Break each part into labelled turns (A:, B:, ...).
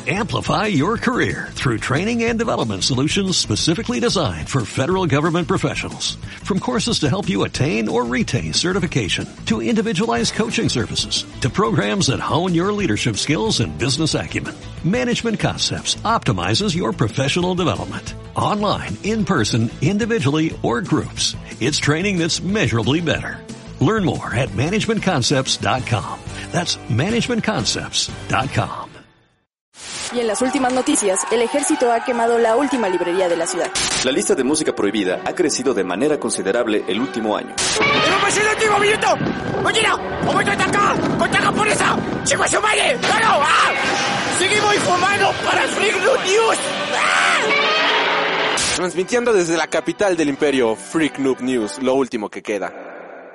A: Amplify your career through training and development solutions specifically designed for federal government professionals. From courses to help you attain or retain certification, to individualized coaching services, to programs that hone your leadership skills and business acumen, Management Concepts optimizes your professional development. Online, in person, individually, or groups, it's training that's measurably better. Learn more at managementconcepts.com. That's managementconcepts.com.
B: Y en las últimas noticias, el ejército ha quemado la última librería de la ciudad.
C: La lista de música prohibida ha crecido de manera considerable el último año.
D: ¡Seguimos informando para Freak Noob News! Transmitiendo desde la capital del imperio, Freak Noob News, lo último que queda.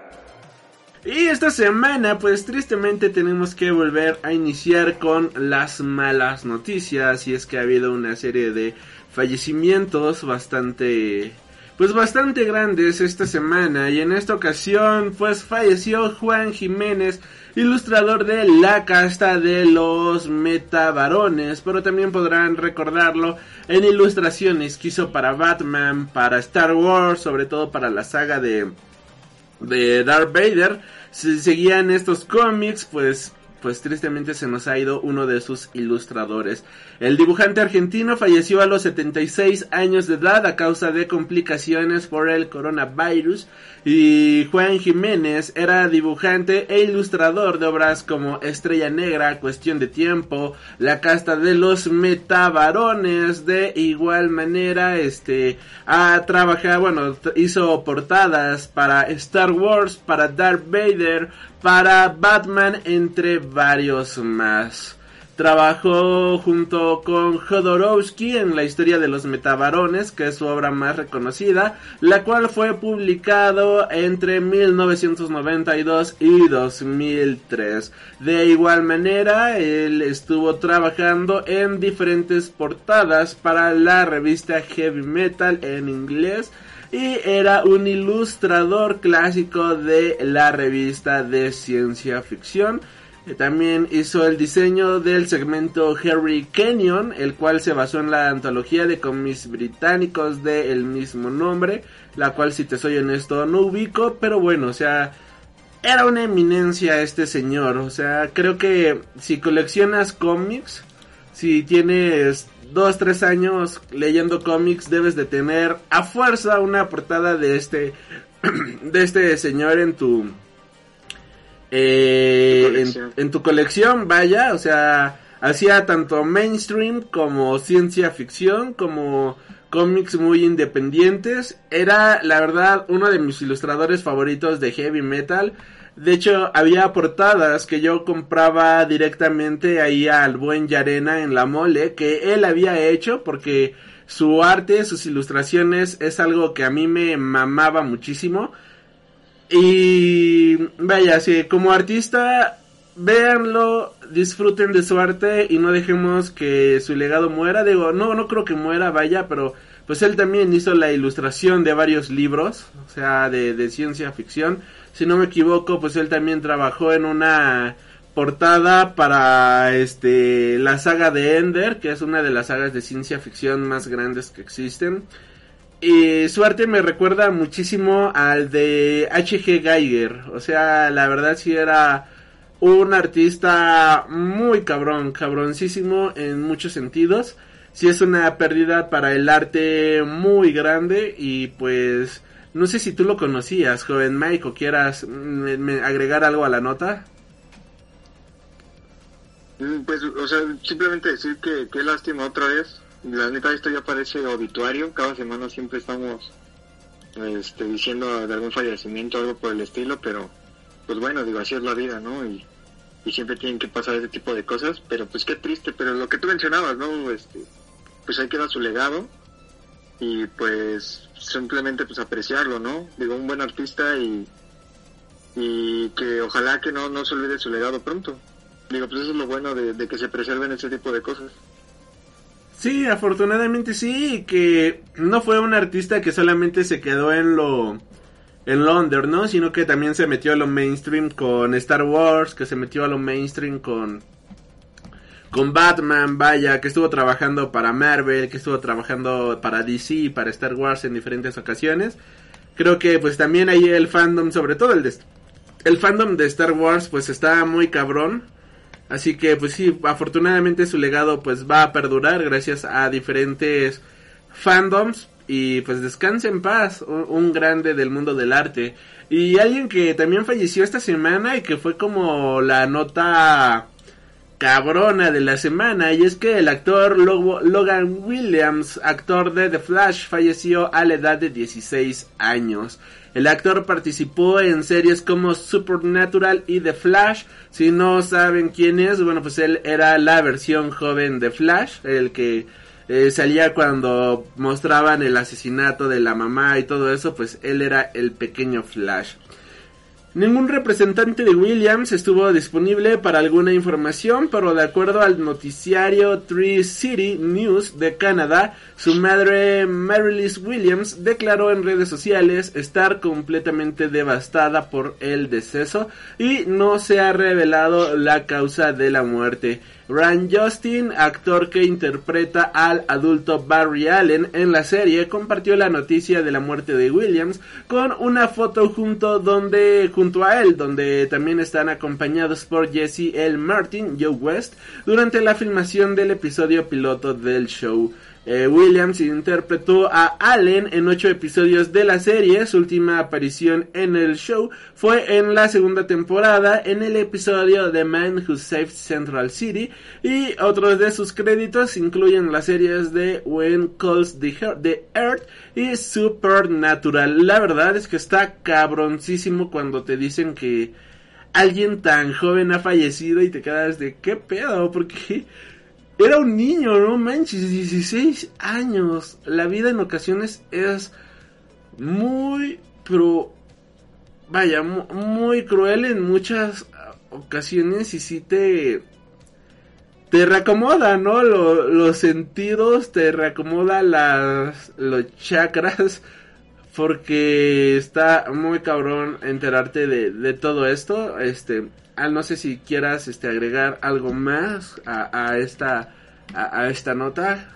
E: Y esta semana, pues tristemente tenemos que volver a iniciar con las malas noticias. Y es que ha habido una serie de fallecimientos bastante grandes esta semana. Y en esta ocasión, pues falleció Juan Jiménez, ilustrador de La Casta de los Metabarones, pero también podrán recordarlo en ilustraciones que hizo para Batman, para Star Wars, sobre todo para la saga de Darth Vader. Si seguían estos cómics, pues tristemente se nos ha ido uno de sus ilustradores. El dibujante argentino falleció a los 76 años de edad a causa de complicaciones por el coronavirus. Y Juan Jiménez era dibujante e ilustrador de obras como Estrella Negra, Cuestión de Tiempo, La Casta de los Metabarones. De igual manera, ha trabajado, hizo portadas para Star Wars, para Darth Vader, para Batman, entre varios más. Trabajó junto con Jodorowsky en La Historia de los Metabarones, que es su obra más reconocida, la cual fue publicado entre 1992 y 2003. De igual manera, él estuvo trabajando en diferentes portadas para la revista Heavy Metal en inglés, y era un ilustrador clásico de la revista de ciencia ficción. También hizo el diseño del segmento Harry Kenyon, el cual se basó en la antología de cómics británicos del mismo nombre, la cual, si te soy honesto, no ubico, pero bueno, o sea, era una eminencia este señor. O sea, creo que si coleccionas cómics, si tienes 2-3 años leyendo cómics, debes de tener a fuerza una portada de este señor en tu colección, vaya. O sea, hacía tanto mainstream como ciencia ficción, como cómics muy independientes. Era, la verdad, uno de mis ilustradores favoritos de heavy metal. De hecho, había portadas que yo compraba directamente ahí al buen Yarena en La Mole, que él había hecho, porque su arte, sus ilustraciones es algo que a mí me mamaba muchísimo. Y vaya, sí, como artista, véanlo, disfruten de su arte y no dejemos que su legado muera. Digo, no creo que muera, vaya, pero pues él también hizo la ilustración de varios libros, o sea, de ciencia ficción. Si no me equivoco, pues él también trabajó en una portada para la saga de Ender, que es una de las sagas de ciencia ficción más grandes que existen. Y su arte me recuerda muchísimo al de H.G. Geiger. O sea, la verdad sí era un artista muy cabroncísimo en muchos sentidos. Sí es una pérdida para el arte muy grande. Y pues no sé si tú lo conocías, joven Mike, o quieras agregar algo a la nota.
F: Pues, o sea, simplemente decir que qué lástima otra vez. La neta, esto ya parece obituario. Cada semana siempre estamos diciendo de algún fallecimiento o algo por el estilo, pero pues bueno, digo, así es la vida, ¿no? Y siempre tienen que pasar ese tipo de cosas, pero pues qué triste. Pero lo que tú mencionabas, ¿no? Pues ahí queda su legado y pues simplemente pues apreciarlo, ¿no? Digo, un buen artista y que ojalá que no se olvide su legado pronto. Digo, pues eso es lo bueno de que se preserven ese tipo de cosas.
E: Sí, afortunadamente sí, que no fue un artista que solamente se quedó en lo under, ¿no? Sino que también se metió a lo mainstream con Star Wars, que se metió a lo mainstream con con Batman, vaya, que estuvo trabajando para Marvel, que estuvo trabajando para DC, para Star Wars en diferentes ocasiones. Creo que pues también ahí el fandom, sobre todo el fandom de Star Wars, pues está muy cabrón. Así que pues sí, afortunadamente su legado pues va a perdurar gracias a diferentes fandoms. Y pues descanse en paz, un grande del mundo del arte. Y alguien que también falleció esta semana y que fue como la nota cabrona de la semana, y es que el actor Logan Williams, actor de The Flash, falleció a la edad de 16 años. El actor participó en series como Supernatural y The Flash. Si no saben quién es, bueno, pues él era la versión joven de Flash, el que salía cuando mostraban el asesinato de la mamá y todo eso, pues él era el pequeño Flash. Ningún representante de Williams estuvo disponible para alguna información, pero de acuerdo al noticiario Three City News de Canadá, su madre Marylis Williams declaró en redes sociales estar completamente devastada por el deceso y no se ha revelado la causa de la muerte. Ryan Justin, actor que interpreta al adulto Barry Allen en la serie, compartió la noticia de la muerte de Williams con una foto junto a él, donde también están acompañados por Jesse L. Martin, Joe West, durante la filmación del episodio piloto del show. Williams interpretó a Allen en 8 episodios de la serie. Su última aparición en el show fue en la segunda temporada, en el episodio The Man Who Saved Central City, y otros de sus créditos incluyen las series de When Calls the Earth y Supernatural. La verdad es que está cabroncísimo cuando te dicen que alguien tan joven ha fallecido y te quedas de ¿qué pedo? Porque era un niño, no manches, 16 años. La vida en ocasiones es muy cruel en muchas ocasiones, y sí te reacomoda, ¿no? Los sentidos, te reacomoda los chakras, porque está muy cabrón enterarte de todo esto. No sé si quieras agregar algo más a esta nota.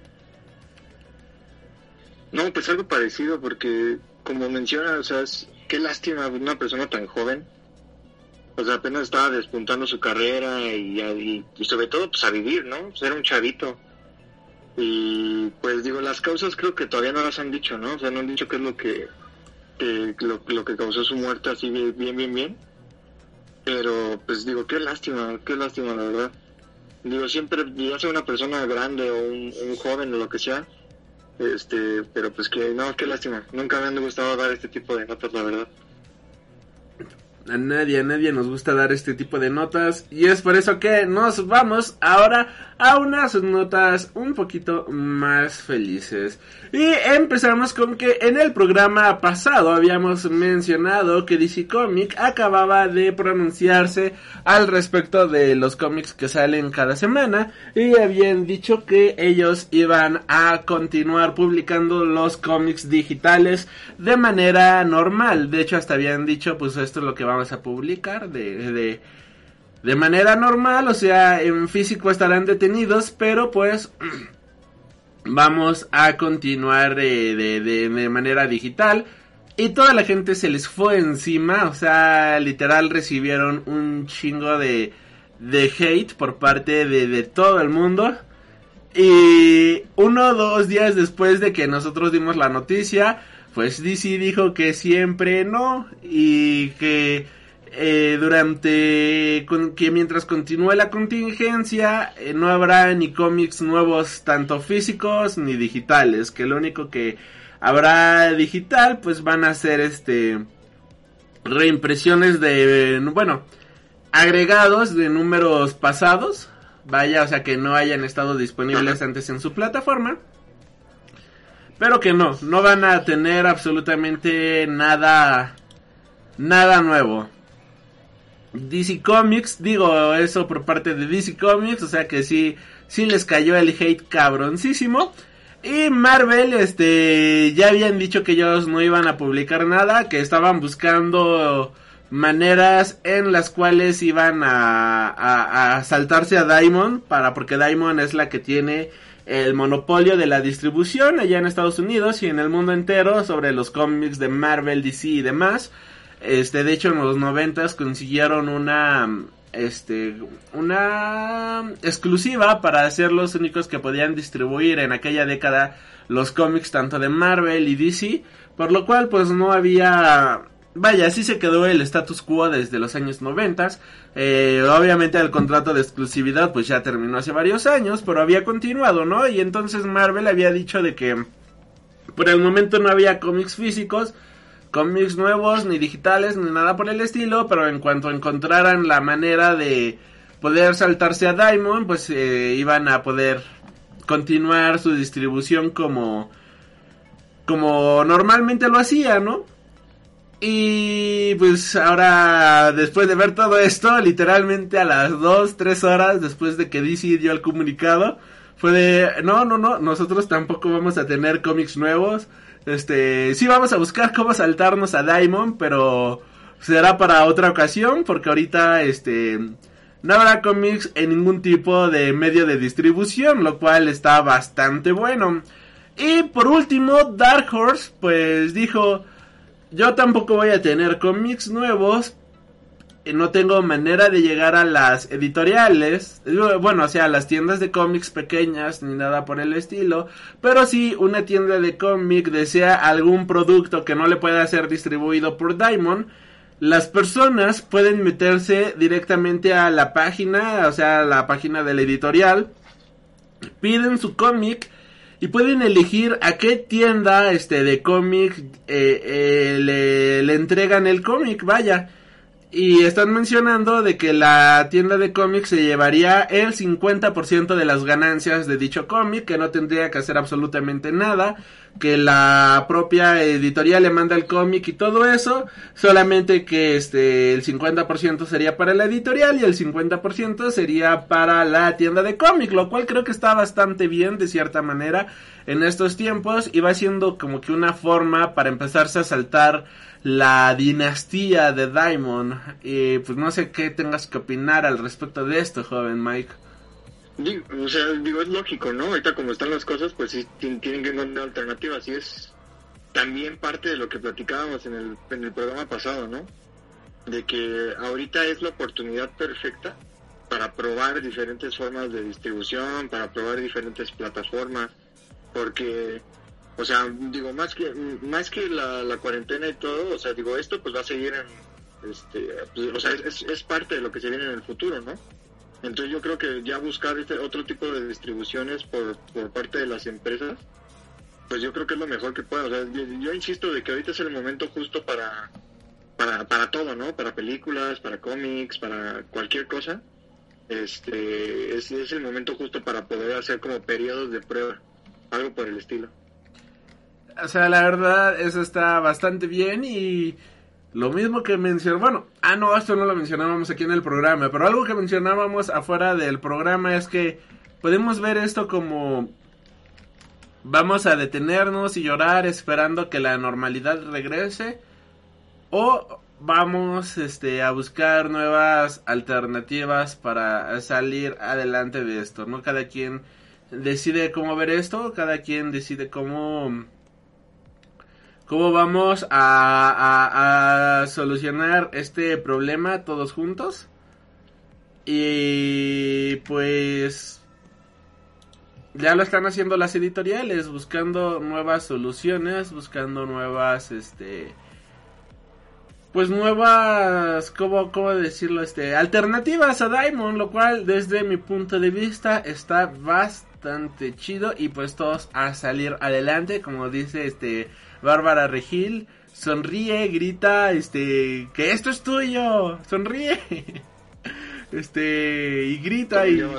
F: No, pues algo parecido, porque como menciona, o sea, qué lástima una persona tan joven. O sea, apenas estaba despuntando su carrera y sobre todo pues a vivir, ¿no? Pues era un chavito. Y pues digo, las causas creo que todavía no las han dicho, ¿no? O sea, no han dicho qué es lo que causó su muerte así bien. Pero pues digo, qué lástima la verdad. Digo, siempre, ya sea una persona grande o un joven o lo que sea, pero pues que no, qué lástima. Nunca me han gustado dar este tipo de notas, la verdad.
E: A nadie nos gusta dar este tipo de notas, y es por eso que nos vamos ahora a unas notas un poquito más felices. Y empezamos con que en el programa pasado habíamos mencionado que DC Comics acababa de pronunciarse al respecto de los cómics que salen cada semana, y habían dicho que ellos iban a continuar publicando los cómics digitales de manera normal. De hecho, hasta habían dicho, pues esto es lo que vamos a publicar de manera normal, o sea, en físico estarán detenidos, pero pues vamos a continuar de manera digital. Y toda la gente se les fue encima, o sea, literal recibieron un chingo de hate por parte de todo el mundo. Y 1 o 2 días después de que nosotros dimos la noticia, pues DC dijo que siempre no, y que que mientras continúe la contingencia no habrá ni cómics nuevos, tanto físicos ni digitales, que lo único que habrá digital pues van a ser reimpresiones agregados de números pasados, vaya, o sea, que no hayan estado disponibles antes en su plataforma, pero que no van a tener absolutamente nada nuevo. DC Comics, digo eso por parte de DC Comics, o sea que sí les cayó el hate cabroncísimo. Y Marvel, ya habían dicho que ellos no iban a publicar nada, que estaban buscando maneras en las cuales iban a saltarse a Diamond, porque Diamond es la que tiene el monopolio de la distribución allá en Estados Unidos y en el mundo entero sobre los cómics de Marvel, DC y demás. De hecho, en los 90s consiguieron una exclusiva para ser los únicos que podían distribuir en aquella década los cómics tanto de Marvel y DC, por lo cual pues no había... Vaya, así se quedó el status quo desde los años 90. Obviamente el contrato de exclusividad pues ya terminó hace varios años, pero había continuado, ¿no? Y entonces Marvel había dicho de que por el momento no había cómics físicos, cómics nuevos, ni digitales, ni nada por el estilo, pero en cuanto encontraran la manera de poder saltarse a Diamond, pues iban a poder continuar su distribución como normalmente lo hacía, ¿no? Y pues ahora, después de ver todo esto, literalmente a las 2-3 horas después de que DC dio el comunicado, fue de, no, nosotros tampoco vamos a tener cómics nuevos. Sí vamos a buscar cómo saltarnos a Diamond, pero será para otra ocasión, porque ahorita, no habrá cómics en ningún tipo de medio de distribución, lo cual está bastante bueno. Y por último, Dark Horse, pues dijo... Yo tampoco voy a tener cómics nuevos. No tengo manera de llegar a las editoriales. Bueno, o sea, a las tiendas de cómics pequeñas, ni nada por el estilo. Pero si una tienda de cómic desea algún producto que no le pueda ser distribuido por Diamond, las personas pueden meterse directamente a la página, o sea, la página de la editorial. Piden su cómic. Y pueden elegir a qué tienda de cómic le entregan el cómic, vaya. Y están mencionando de que la tienda de cómics se llevaría el 50% de las ganancias de dicho cómic, que no tendría que hacer absolutamente nada, que la propia editorial le manda el cómic y todo eso, solamente que el 50% sería para la editorial y el 50% sería para la tienda de cómic, lo cual creo que está bastante bien de cierta manera en estos tiempos y va siendo como que una forma para empezarse a saltar la dinastía de Diamond. Y pues no sé qué tengas que opinar al respecto de esto, joven Mike.
F: Digo, es lógico, ¿no? Ahorita como están las cosas, pues sí tienen que encontrar alternativas y es también parte de lo que platicábamos en el programa pasado, ¿no? De que ahorita es la oportunidad perfecta para probar diferentes formas de distribución, para probar diferentes plataformas, porque... O sea, digo, más que la cuarentena y todo, o sea, digo, esto pues va a seguir pues, o sea, es parte de lo que se viene en el futuro, ¿no? Entonces yo creo que ya buscar otro tipo de distribuciones por parte de las empresas, pues yo creo que es lo mejor que pueda. O sea, yo insisto de que ahorita es el momento justo para todo, ¿no? Para películas, para cómics, para cualquier cosa. Es el momento justo para poder hacer como periodos de prueba, algo por el estilo.
E: O sea, la verdad, eso está bastante bien y lo mismo que mencioné, esto no lo mencionábamos aquí en el programa, pero algo que mencionábamos afuera del programa es que podemos ver esto como vamos a detenernos y llorar esperando que la normalidad regrese o vamos a buscar nuevas alternativas para salir adelante de esto, ¿no? Cada quien decide cómo ver esto, cada quien decide cómo vamos a solucionar este problema todos juntos. Y pues ya lo están haciendo las editoriales, buscando nuevas soluciones, buscando nuevas pues nuevas, ¿cómo decirlo? Alternativas a Diamond, lo cual desde mi punto de vista está bastante chido y pues todos a salir adelante, como dice Bárbara Regil, sonríe, grita, que esto es tuyo, sonríe, y grita y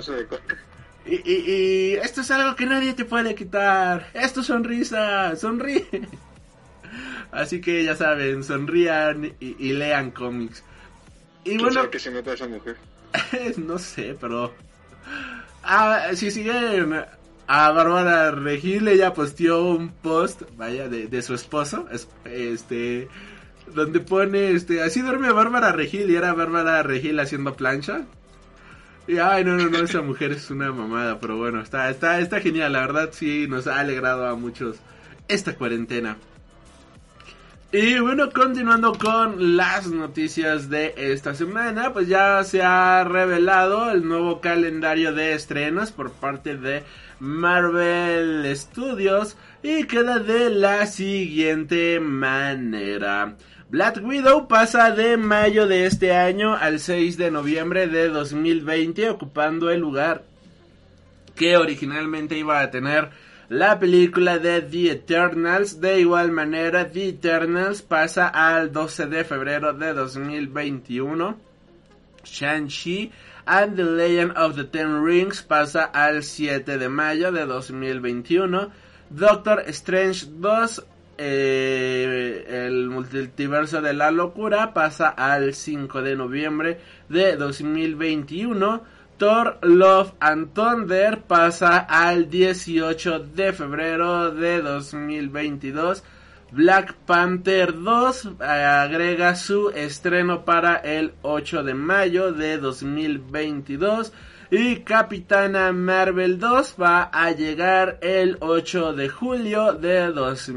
E: esto es algo que nadie te puede quitar, es tu sonrisa, sonríe. Así que ya saben, sonrían y lean cómics. Y
F: ¿Quién sabe qué se mete a esa mujer?
E: No sé, pero si siguen a Bárbara Regil, ella posteó un post, vaya, de su esposo, donde pone, así duerme Bárbara Regil, y era Bárbara Regil haciendo plancha. Y ay, no, esa mujer es una mamada, pero bueno, está genial, la verdad sí nos ha alegrado a muchos esta cuarentena. Y bueno, continuando con las noticias de esta semana, pues ya se ha revelado el nuevo calendario de estrenos por parte de Marvel Studios y queda de la siguiente manera. Black Widow pasa de mayo de este año al 6 de noviembre de 2020, ocupando el lugar que originalmente iba a tener la película de The Eternals. De igual manera, The Eternals pasa al 12 de febrero de 2021. Shang-Chi and the Legend of the Ten Rings pasa al 7 de mayo de 2021. Doctor Strange 2, el multiverso de la locura, pasa al 5 de noviembre de 2021. Thor Love and Thunder pasa al 18 de febrero de 2022. Black Panther 2 agrega su estreno para el 8 de mayo de 2022. Y Capitana Marvel 2 va a llegar el 8 de julio de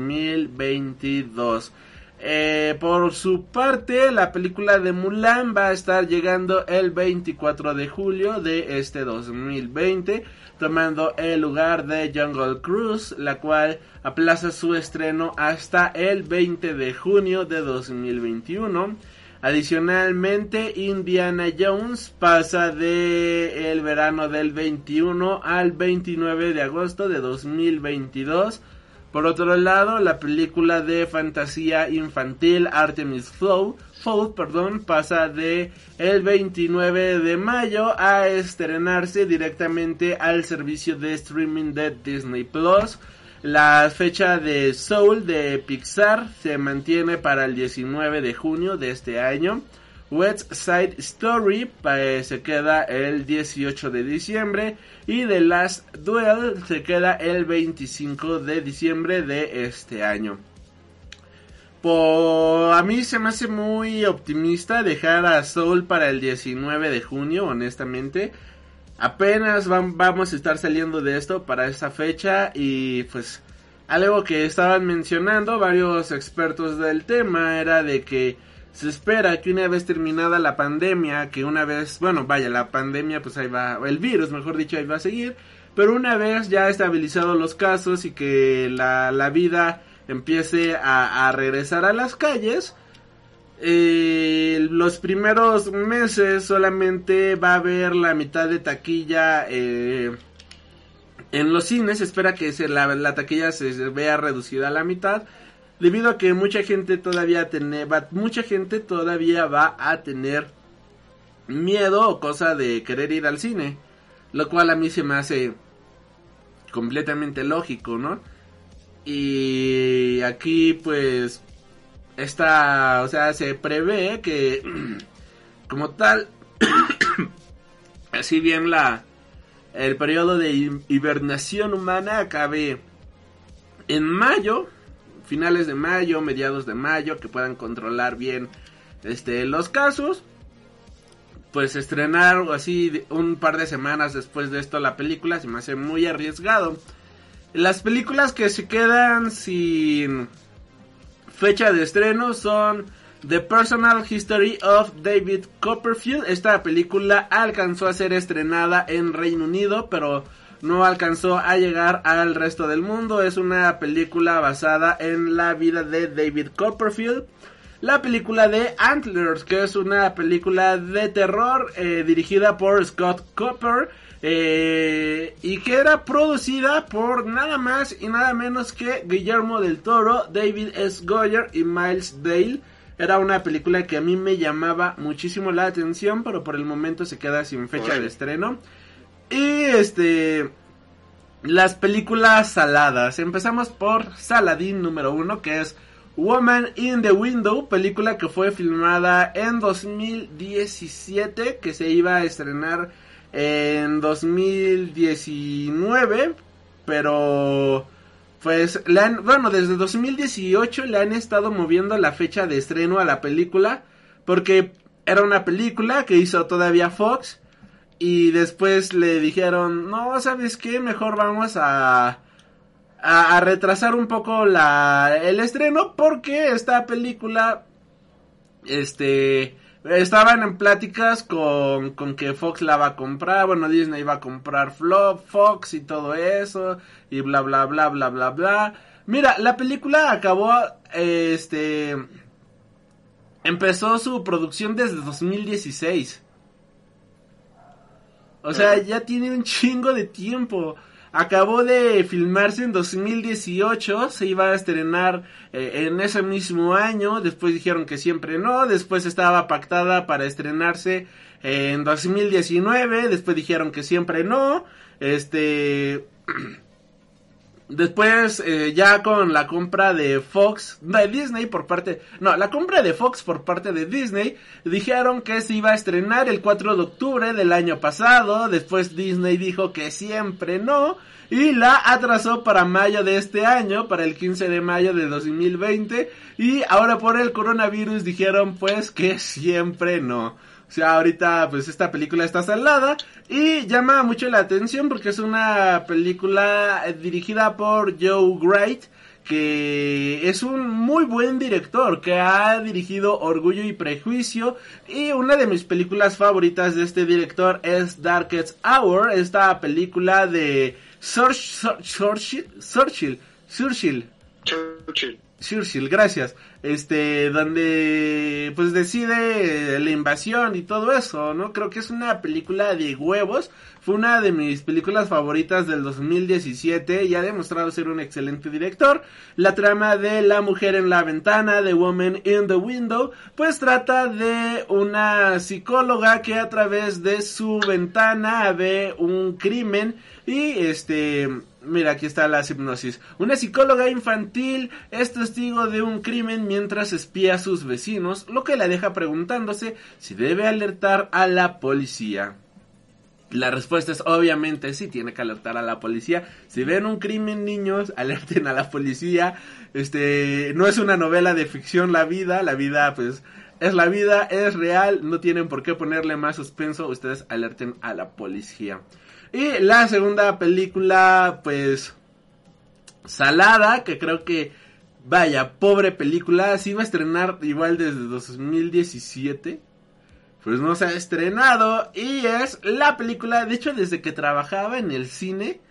E: 2022. Por su parte, la película de Mulan va a estar llegando el 24 de julio de este 2020, tomando el lugar de Jungle Cruise, la cual aplaza su estreno hasta el 20 de junio de 2021. Adicionalmente, Indiana Jones pasa de el verano del 21 al 29 de agosto de 2022. Por otro lado, la película de fantasía infantil Artemis Fowl, pasa de el 29 de mayo a estrenarse directamente al servicio de streaming de Disney Plus. La fecha de Soul de Pixar se mantiene para el 19 de junio de este año. West Side Story se queda el 18 de diciembre y The Last Duel se queda el 25 de diciembre de este año. A mí se me hace muy optimista dejar a Soul para el 19 de junio, honestamente. Apenas vamos a estar saliendo de esto para esa fecha y pues algo que estaban mencionando varios expertos del tema era de que se espera que una vez terminada la pandemia, la pandemia pues ahí va, el virus mejor dicho ahí va a seguir, pero una vez ya estabilizados los casos y que la vida empiece a regresar a las calles, los primeros meses solamente va a haber la mitad de taquilla en los cines. Se espera que la taquilla se vea reducida a la mitad, debido a que mucha gente todavía va a tener miedo o cosa de querer ir al cine, lo cual a mí se me hace completamente lógico, ¿no? Y aquí pues se prevé que como tal así bien el periodo de hibernación humana acabe en mayo, finales de mayo, mediados de mayo, que puedan controlar bien los casos, pues estrenar así un par de semanas después de esto la película se me hace muy arriesgado. Las películas que se quedan sin fecha de estreno son The Personal History of David Copperfield. Esta película alcanzó a ser estrenada en Reino Unido, pero no alcanzó a llegar al resto del mundo. Es una película basada en la vida de David Copperfield. La película de Antlers, que es una película de terror dirigida por Scott Cooper, y que era producida por nada más y nada menos que Guillermo del Toro, David S. Goyer y Miles Dale. Era una película que a mí me llamaba muchísimo la atención, pero por el momento se queda sin fecha de estreno. Y las películas saladas. Empezamos por Saladín número 1, que es Woman in the Window, película que fue filmada en 2017, que se iba a estrenar en 2019, pero pues desde 2018 le han estado moviendo la fecha de estreno a la película, porque era una película que hizo todavía Fox, y después le dijeron, no, ¿sabes qué? Mejor vamos a retrasar un poco el estreno, porque esta película, estaban en pláticas con que Fox la va a comprar, bueno, Disney va a comprar Fox y todo eso, y bla bla bla bla bla bla. Mira, la película acabó, empezó su producción desde 2016. O sea, ya tiene un chingo de tiempo. Acabó de filmarse en 2018, se iba a estrenar en ese mismo año, después dijeron que siempre no, después estaba pactada para estrenarse en 2019, después dijeron que siempre no, después ya con la compra de Fox, de Disney la compra de Fox por parte de Disney, dijeron que se iba a estrenar el 4 de octubre del año pasado, después Disney dijo que siempre no, y la atrasó para mayo de este año, para el 15 de mayo de 2020, y ahora por el coronavirus dijeron pues que siempre no. O sea, ahorita pues esta película está salada y llama mucho la atención porque es una película dirigida por Joe Wright, que es un muy buen director, que ha dirigido Orgullo y Prejuicio, y una de mis películas favoritas de este director es Darkest Hour, esta película de Churchill, gracias. Donde pues decide la invasión y todo eso, ¿no? Creo que es una película de huevos. Fue una de mis películas favoritas del 2017 y ha demostrado ser un excelente director. La trama de La mujer en la ventana, The Woman in the Window, pues trata de una psicóloga que a través de su ventana ve un crimen y mira, aquí está la hipnosis. Una psicóloga infantil es testigo de un crimen mientras espía a sus vecinos, lo que la deja preguntándose si debe alertar a la policía. La respuesta es obviamente sí, tiene que alertar a la policía. Si ven un crimen, niños, alerten a la policía. No es una novela de ficción la vida pues es la vida, es real, no tienen por qué ponerle más suspenso, ustedes alerten a la policía. Y la segunda película, pues, salada, que creo que, vaya, pobre película, se iba a estrenar igual desde 2017, pues no se ha estrenado, y es la película, de hecho desde que trabajaba en el cine,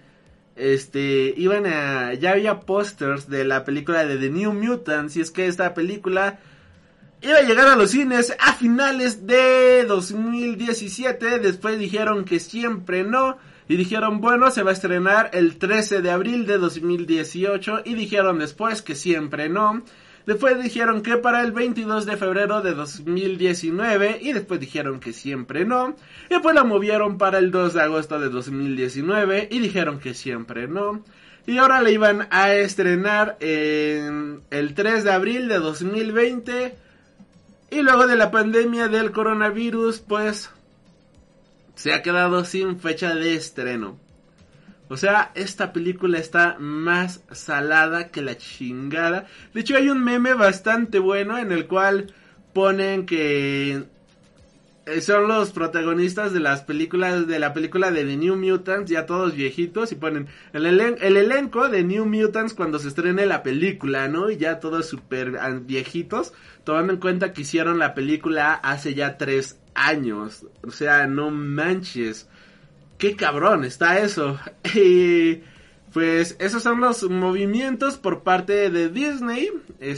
E: ya había pósters de la película de The New Mutants, y es que esta película iba a llegar a los cines a finales de 2017, después dijeron que siempre no, y dijeron, bueno, se va a estrenar el 13 de abril de 2018, y dijeron después que siempre no, después dijeron que para el 22 de febrero de 2019, y después dijeron que siempre no, y después la movieron para el 2 de agosto de 2019, y dijeron que siempre no, y ahora la iban a estrenar en el 3 de abril de 2020, y luego de la pandemia del coronavirus, pues se ha quedado sin fecha de estreno. O sea, esta película está más salada que la chingada. De hecho, hay un meme bastante bueno en el cual ponen que son los protagonistas de las películas, de la película de The New Mutants, ya todos viejitos, y ponen el elenco de New Mutants cuando se estrene la película, ¿no? Y ya todos súper viejitos, tomando en cuenta que hicieron la película hace ya 3 años. O sea, no manches. Qué cabrón está eso. Y pues esos son los movimientos por parte de Disney.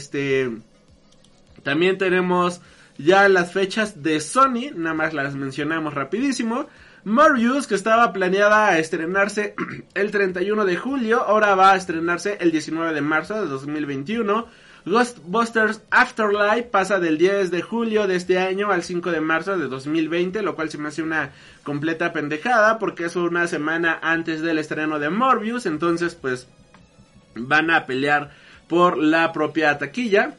E: También tenemos ya las fechas de Sony, nada más las mencionamos rapidísimo. Morbius, que estaba planeada a estrenarse el 31 de julio, ahora va a estrenarse el 19 de marzo de 2021. Ghostbusters Afterlife pasa del 10 de julio de este año al 5 de marzo de 2020, lo cual se me hace una completa pendejada porque es una semana antes del estreno de Morbius, entonces pues van a pelear por la propia taquilla.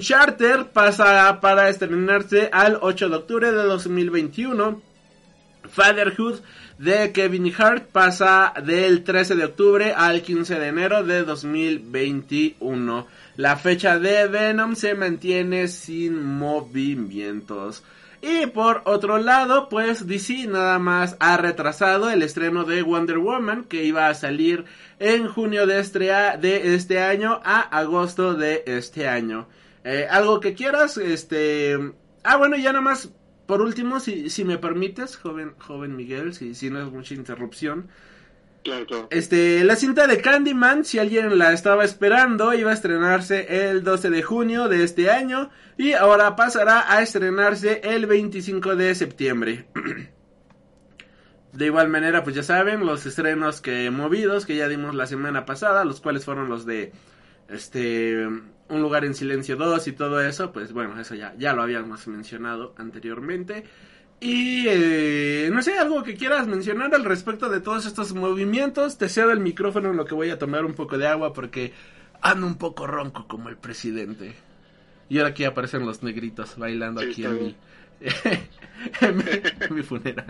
E: Uncharted pasa para estrenarse al 8 de octubre de 2021. Fatherhood de Kevin Hart pasa del 13 de octubre al 15 de enero de 2021. La fecha de Venom se mantiene sin movimientos. Y por otro lado, pues DC nada más ha retrasado el estreno de Wonder Woman, que iba a salir en junio de este año a agosto de este año. Algo que quieras, bueno, ya nada más, por último, si me permites, joven Miguel, si no es mucha interrupción.
F: Claro.
E: La cinta de Candyman, si alguien la estaba esperando, iba a estrenarse el 12 de junio de este año y ahora pasará a estrenarse el 25 de septiembre. De igual manera, pues ya saben, los estrenos movidos que ya dimos la semana pasada, los cuales fueron los de Un lugar en silencio 2 y todo eso, pues bueno, eso ya lo habíamos mencionado anteriormente. Y no sé, algo que quieras mencionar al respecto de todos estos movimientos. Te cedo el micrófono en lo que voy a tomar un poco de agua porque ando un poco ronco como el presidente. Y ahora aquí aparecen los negritos bailando
F: sí,
E: aquí en mi funeral.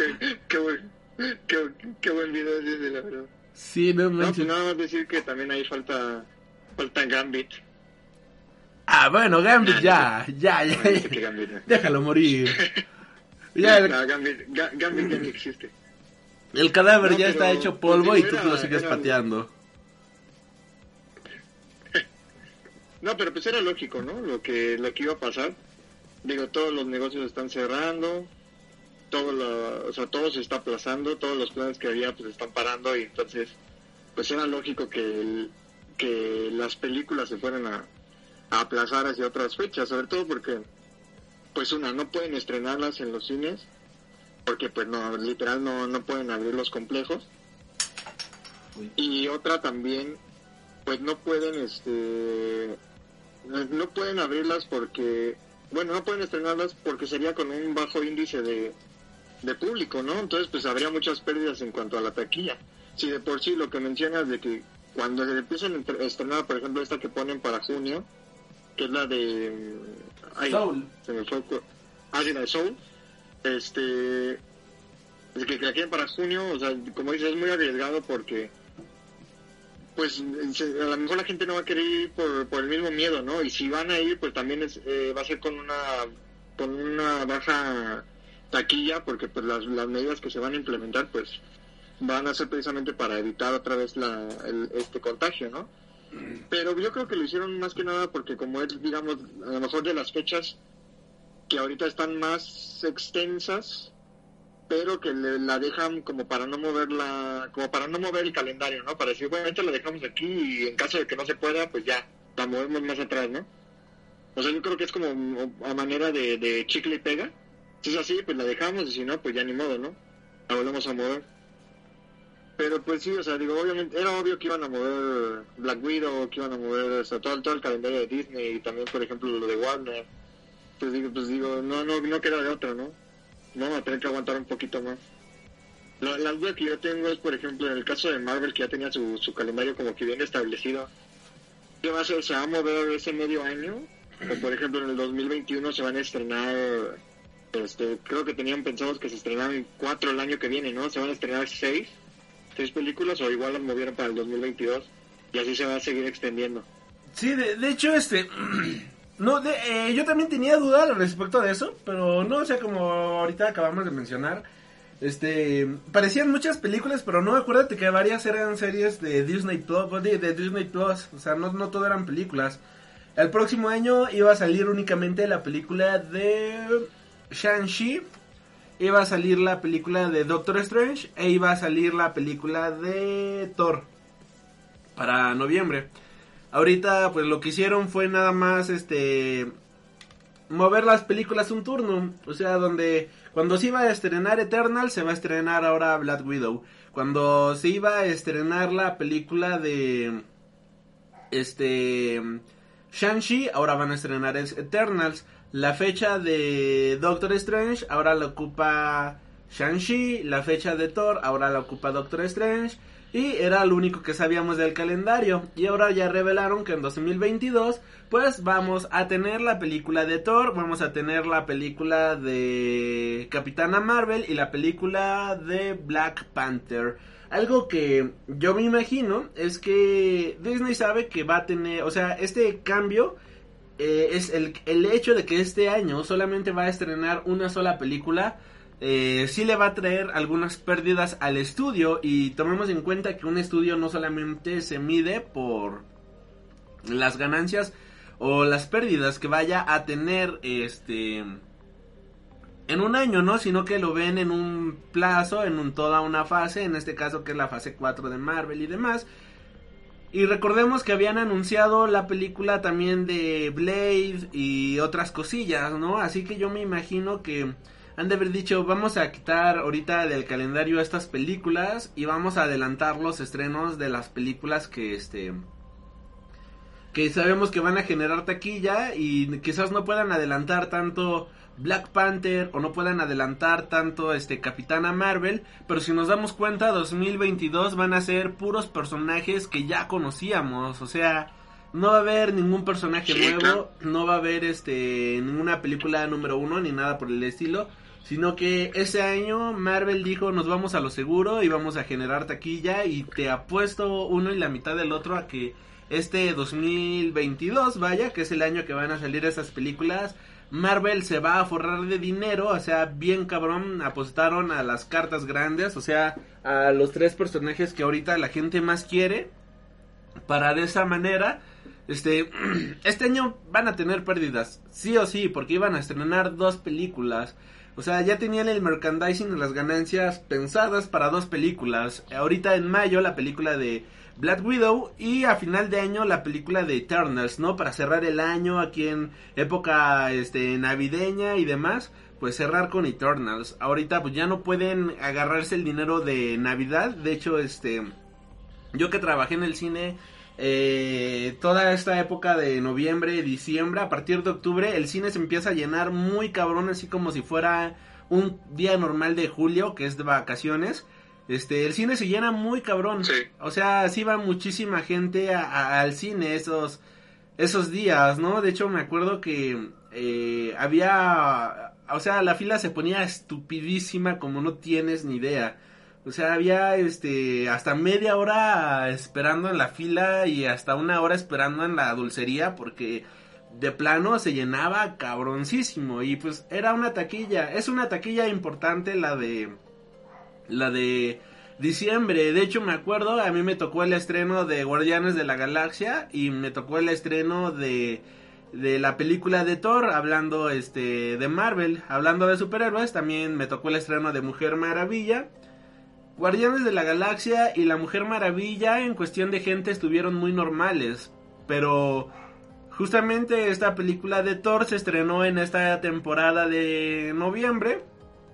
F: Qué buen video es ese, la verdad.
E: Sí, no manches.
F: Pues nada más decir que también ahí falta Gambit.
E: Ah, bueno, Gambit ya.
F: Gambit, no.
E: Déjalo morir.
F: Gambit ya no existe.
E: El cadáver ya
F: pero,
E: está hecho polvo
F: pues,
E: y tú lo sigues pateando.
F: No, pero pues era lógico, ¿no? Lo que iba a pasar. Digo, todos los negocios están cerrando, todo se está aplazando, todos los planes que había pues están parando y entonces pues era lógico que las películas se fueran a aplazar hacia otras fechas, sobre todo porque pues no pueden estrenarlas en los cines porque pues no, literal no pueden abrir los complejos. Y otra también pues no pueden no pueden abrirlas porque no pueden estrenarlas porque sería con un bajo índice de público, ¿no? Entonces pues habría muchas pérdidas en cuanto a la taquilla. Si de por sí lo que mencionas de que cuando se empiezan a estrenar, por ejemplo, esta que ponen para junio, que es la de
E: Soul.
F: Se me fue. Sí, la de Soul. Es que la quieren para junio, o sea, como dices, es muy arriesgado porque pues a lo mejor la gente no va a querer ir por el mismo miedo, ¿no? Y si van a ir, pues también va a ser con una baja taquilla, porque pues las medidas que se van a implementar, pues van a ser precisamente para evitar otra vez este contagio, ¿no? Pero yo creo que lo hicieron más que nada porque como es, digamos, a lo mejor de las fechas que ahorita están más extensas, pero que la dejan como para no mover el calendario, ¿no? Para decir, bueno, esta la dejamos aquí y en caso de que no se pueda, pues ya, la movemos más atrás, ¿no? O sea, yo creo que es como a manera de chicle y pega. Si es así, pues la dejamos y si no, pues ya ni modo, ¿no? La volvemos a mover. Pero pues sí, o sea, digo, obviamente, era obvio que iban a mover Black Widow, que iban a mover, o sea, todo el calendario de Disney y también, por ejemplo, lo de Warner. Pues digo, no queda de otra, ¿no? Vamos a tener que aguantar un poquito más. La duda que yo tengo es, por ejemplo, en el caso de Marvel, que ya tenía su calendario como que bien establecido, ¿qué va a hacer? ¿Se va a mover ese medio año? O, por ejemplo, en el 2021 se van a estrenar, creo que tenían pensados que se estrenaran 4 el año que viene, ¿no? Se van a estrenar 6 películas, o igual las movieron para el 2022, y así se va a seguir extendiendo.
E: Sí, de hecho, yo también tenía duda al respecto de eso, pero no, o sea, como ahorita acabamos de mencionar, parecían muchas películas, pero no, acuérdate que varias eran series de Disney Plus, de Disney Plus, o sea, no todo eran películas. El próximo año iba a salir únicamente la película de Shang-Chi, iba a salir la película de Doctor Strange e iba a salir la película de Thor para noviembre. Ahorita pues lo que hicieron fue nada más mover las películas un turno, o sea, donde cuando se iba a estrenar Eternal se va a estrenar ahora Black Widow. Cuando se iba a estrenar la película de Shang-Chi, ahora van a estrenar Eternals. La fecha de Doctor Strange ahora la ocupa Shang-Chi, la fecha de Thor, ahora la ocupa Doctor Strange, y era lo único que sabíamos del calendario. Y ahora ya revelaron que en 2022 pues vamos a tener la película de Thor, vamos a tener la película de Capitana Marvel y la película de Black Panther. Algo que yo me imagino es que Disney sabe que va a tener, o sea, este cambio es el hecho de que este año solamente va a estrenar una sola película. Sí le va a traer algunas pérdidas al estudio, y tomemos en cuenta que un estudio no solamente se mide por las ganancias o las pérdidas que vaya a tener en un año, ¿no? Sino que lo ven en un plazo, toda una fase, en este caso que es la fase 4 de Marvel y demás. Y recordemos que habían anunciado la película también de Blade y otras cosillas, ¿no? Así que yo me imagino que han de haber dicho, vamos a quitar ahorita del calendario estas películas y vamos a adelantar los estrenos de las películas que sabemos que van a generar taquilla, y quizás no puedan adelantar tanto Black Panther o no puedan adelantar tanto Capitana Marvel, pero si nos damos cuenta 2022 van a ser puros personajes que ya conocíamos, o sea, no va a haber ningún personaje nuevo, no va a haber ninguna película número 1 ni nada por el estilo, sino que ese año Marvel dijo, nos vamos a lo seguro y vamos a generar taquilla, y te apuesto uno y la mitad del otro a que 2022, vaya, que es el año que van a salir esas películas, Marvel se va a forrar de dinero, o sea, bien cabrón, apostaron a las cartas grandes, o sea, a los 3 personajes que ahorita la gente más quiere, para de esa manera este año van a tener pérdidas, sí o sí, porque iban a estrenar 2 películas. O sea, ya tenían el merchandising y las ganancias pensadas para 2 películas. Ahorita en mayo la película de Black Widow, y a final de año la película de Eternals, ¿no? Para cerrar el año aquí en época navideña y demás, pues cerrar con Eternals. Ahorita pues ya no pueden agarrarse el dinero de Navidad. De hecho, yo que trabajé en el cine toda esta época de noviembre, diciembre, a partir de octubre el cine se empieza a llenar muy cabrón, así como si fuera un día normal de julio, que es de vacaciones. El cine se llena muy cabrón, sí. O sea, sí va muchísima gente al cine esos días, ¿no? De hecho me acuerdo que había, o sea, la fila se ponía estupidísima como no tienes ni idea. O sea, había hasta media hora esperando en la fila y hasta 1 hora esperando en la dulcería, porque de plano se llenaba cabroncísimo. Y pues era una taquilla, es una taquilla importante la de diciembre. De hecho me acuerdo, a mí me tocó el estreno de Guardianes de la Galaxia y me tocó el estreno de la película de Thor, hablando de Marvel, hablando de superhéroes. También me tocó el estreno de Mujer Maravilla. Guardianes de la Galaxia y la Mujer Maravilla en cuestión de gente estuvieron muy normales, pero justamente esta película de Thor se estrenó en esta temporada de noviembre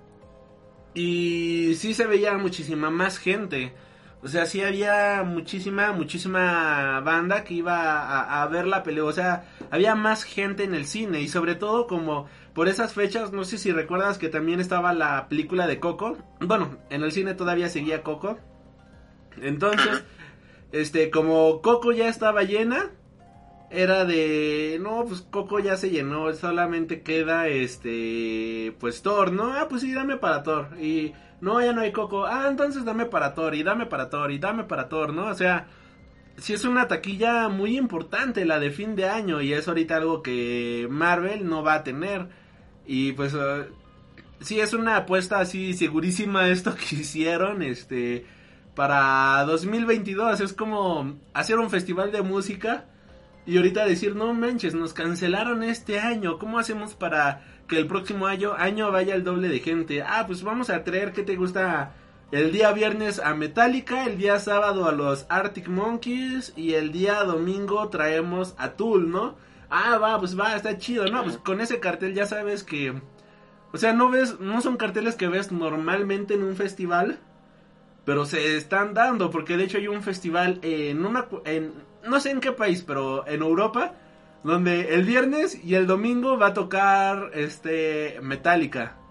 E: y sí se veía muchísima más gente. O sea, sí había muchísima banda que iba a ver la pelea. O sea, había más gente en el cine. Y sobre todo como por esas fechas, no sé si recuerdas que también estaba la película de Coco. Bueno, en el cine todavía seguía Coco. Entonces, como Coco ya estaba llena, era de, no, pues Coco ya se llenó, solamente queda pues Thor, ¿no? Ah, pues sí, dame para Thor. Y no, ya no hay Coco. Ah, entonces dame para Thor, y dame para Thor, y dame para Thor, ¿no? O sea, sí es una taquilla muy importante la de fin de año, y es ahorita algo que Marvel no va a tener. Y pues sí es una apuesta así segurísima esto que hicieron para 2022. Es como hacer un festival de música y ahorita decir, no manches, nos cancelaron este año, ¿cómo hacemos para que el próximo año vaya el doble de gente? Ah, pues vamos a traer, ¿qué te gusta? El día viernes a Metallica, el día sábado a los Arctic Monkeys y el día domingo traemos a Tool, ¿no? Ah, va, pues va, está chido, ¿no? Pues con ese cartel ya sabes que, o sea, no son carteles que ves normalmente en un festival, pero se están dando, porque de hecho hay un festival no sé en qué país, pero en Europa, donde el viernes y el domingo va a tocar Metallica.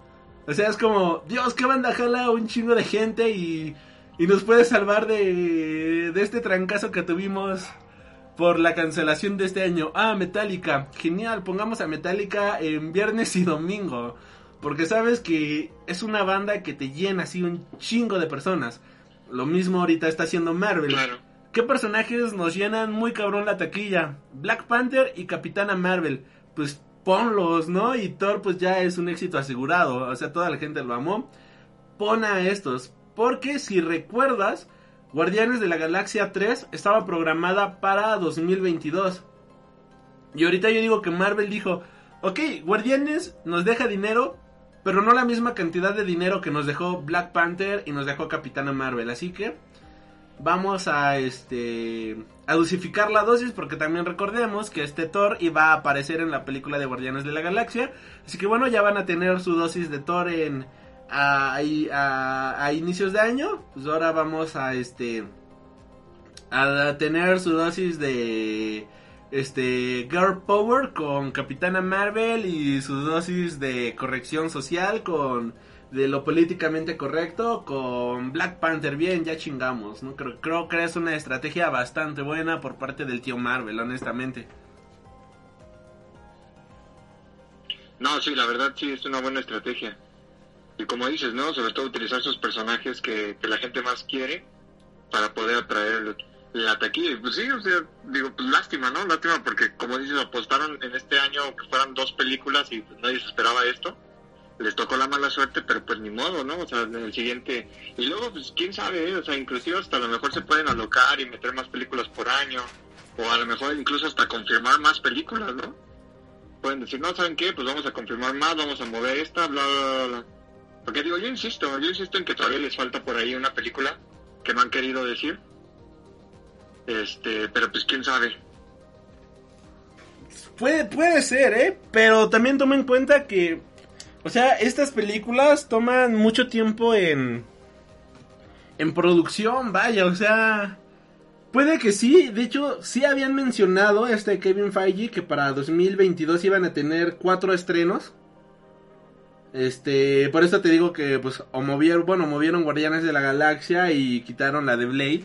E: O sea, es como, Dios, qué banda jala un chingo de gente y nos puede salvar de este trancazo que tuvimos por la cancelación de este año. Ah, Metallica, genial, pongamos a Metallica en viernes y domingo, porque sabes que es una banda que te llena así un chingo de personas. Lo mismo ahorita está haciendo Marvel.
F: Claro.
E: ¿Qué personajes nos llenan muy cabrón la taquilla? Black Panther y Capitana Marvel. Pues ponlos, ¿no? Y Thor pues ya es un éxito asegurado. O sea, toda la gente lo amó. Pon a estos. Porque si recuerdas, Guardianes de la Galaxia 3 estaba programada para 2022. Y ahorita yo digo que Marvel dijo, ok, Guardianes nos deja dinero, pero no la misma cantidad de dinero que nos dejó Black Panther y nos dejó Capitana Marvel. Así que vamos a dosificar la dosis, porque también recordemos que Thor iba a aparecer en la película de Guardianes de la Galaxia. Así que bueno, ya van a tener su dosis de Thor a inicios de año. Pues ahora vamos a tener su dosis de Girl Power con Capitana Marvel y su dosis de corrección social de lo políticamente correcto con Black Panther. Bien, ya chingamos, ¿no? Creo que es una estrategia bastante buena por parte del tío Marvel, honestamente.
F: No, sí, la verdad sí es una buena estrategia. Y como dices, ¿no? Sobre todo utilizar sus personajes que la gente más quiere para poder atraer la taquilla. Y pues sí, o sea, digo, pues lástima, ¿no? Lástima porque, como dices, apostaron en este año que fueran 2 películas y pues nadie se esperaba esto. Les tocó la mala suerte, pero pues ni modo, ¿no? O sea, en el siguiente... Y luego, pues quién sabe, O sea, inclusive hasta a lo mejor se pueden alocar y meter más películas por año. O a lo mejor incluso hasta confirmar más películas, ¿no? Pueden decir, no, ¿saben qué? Pues vamos a confirmar más, vamos a mover esta, bla, bla, bla. Porque digo, yo insisto en que todavía les falta por ahí una película que me han querido decir. Pero pues quién sabe.
E: Puede ser, pero también toma en cuenta que, o sea, estas películas toman mucho tiempo en producción, vaya, o sea, puede que sí. De hecho, sí habían mencionado Kevin Feige que para 2022 iban a tener 4 estrenos. Por eso te digo que pues movieron Guardianes de la Galaxia y quitaron la de Blade,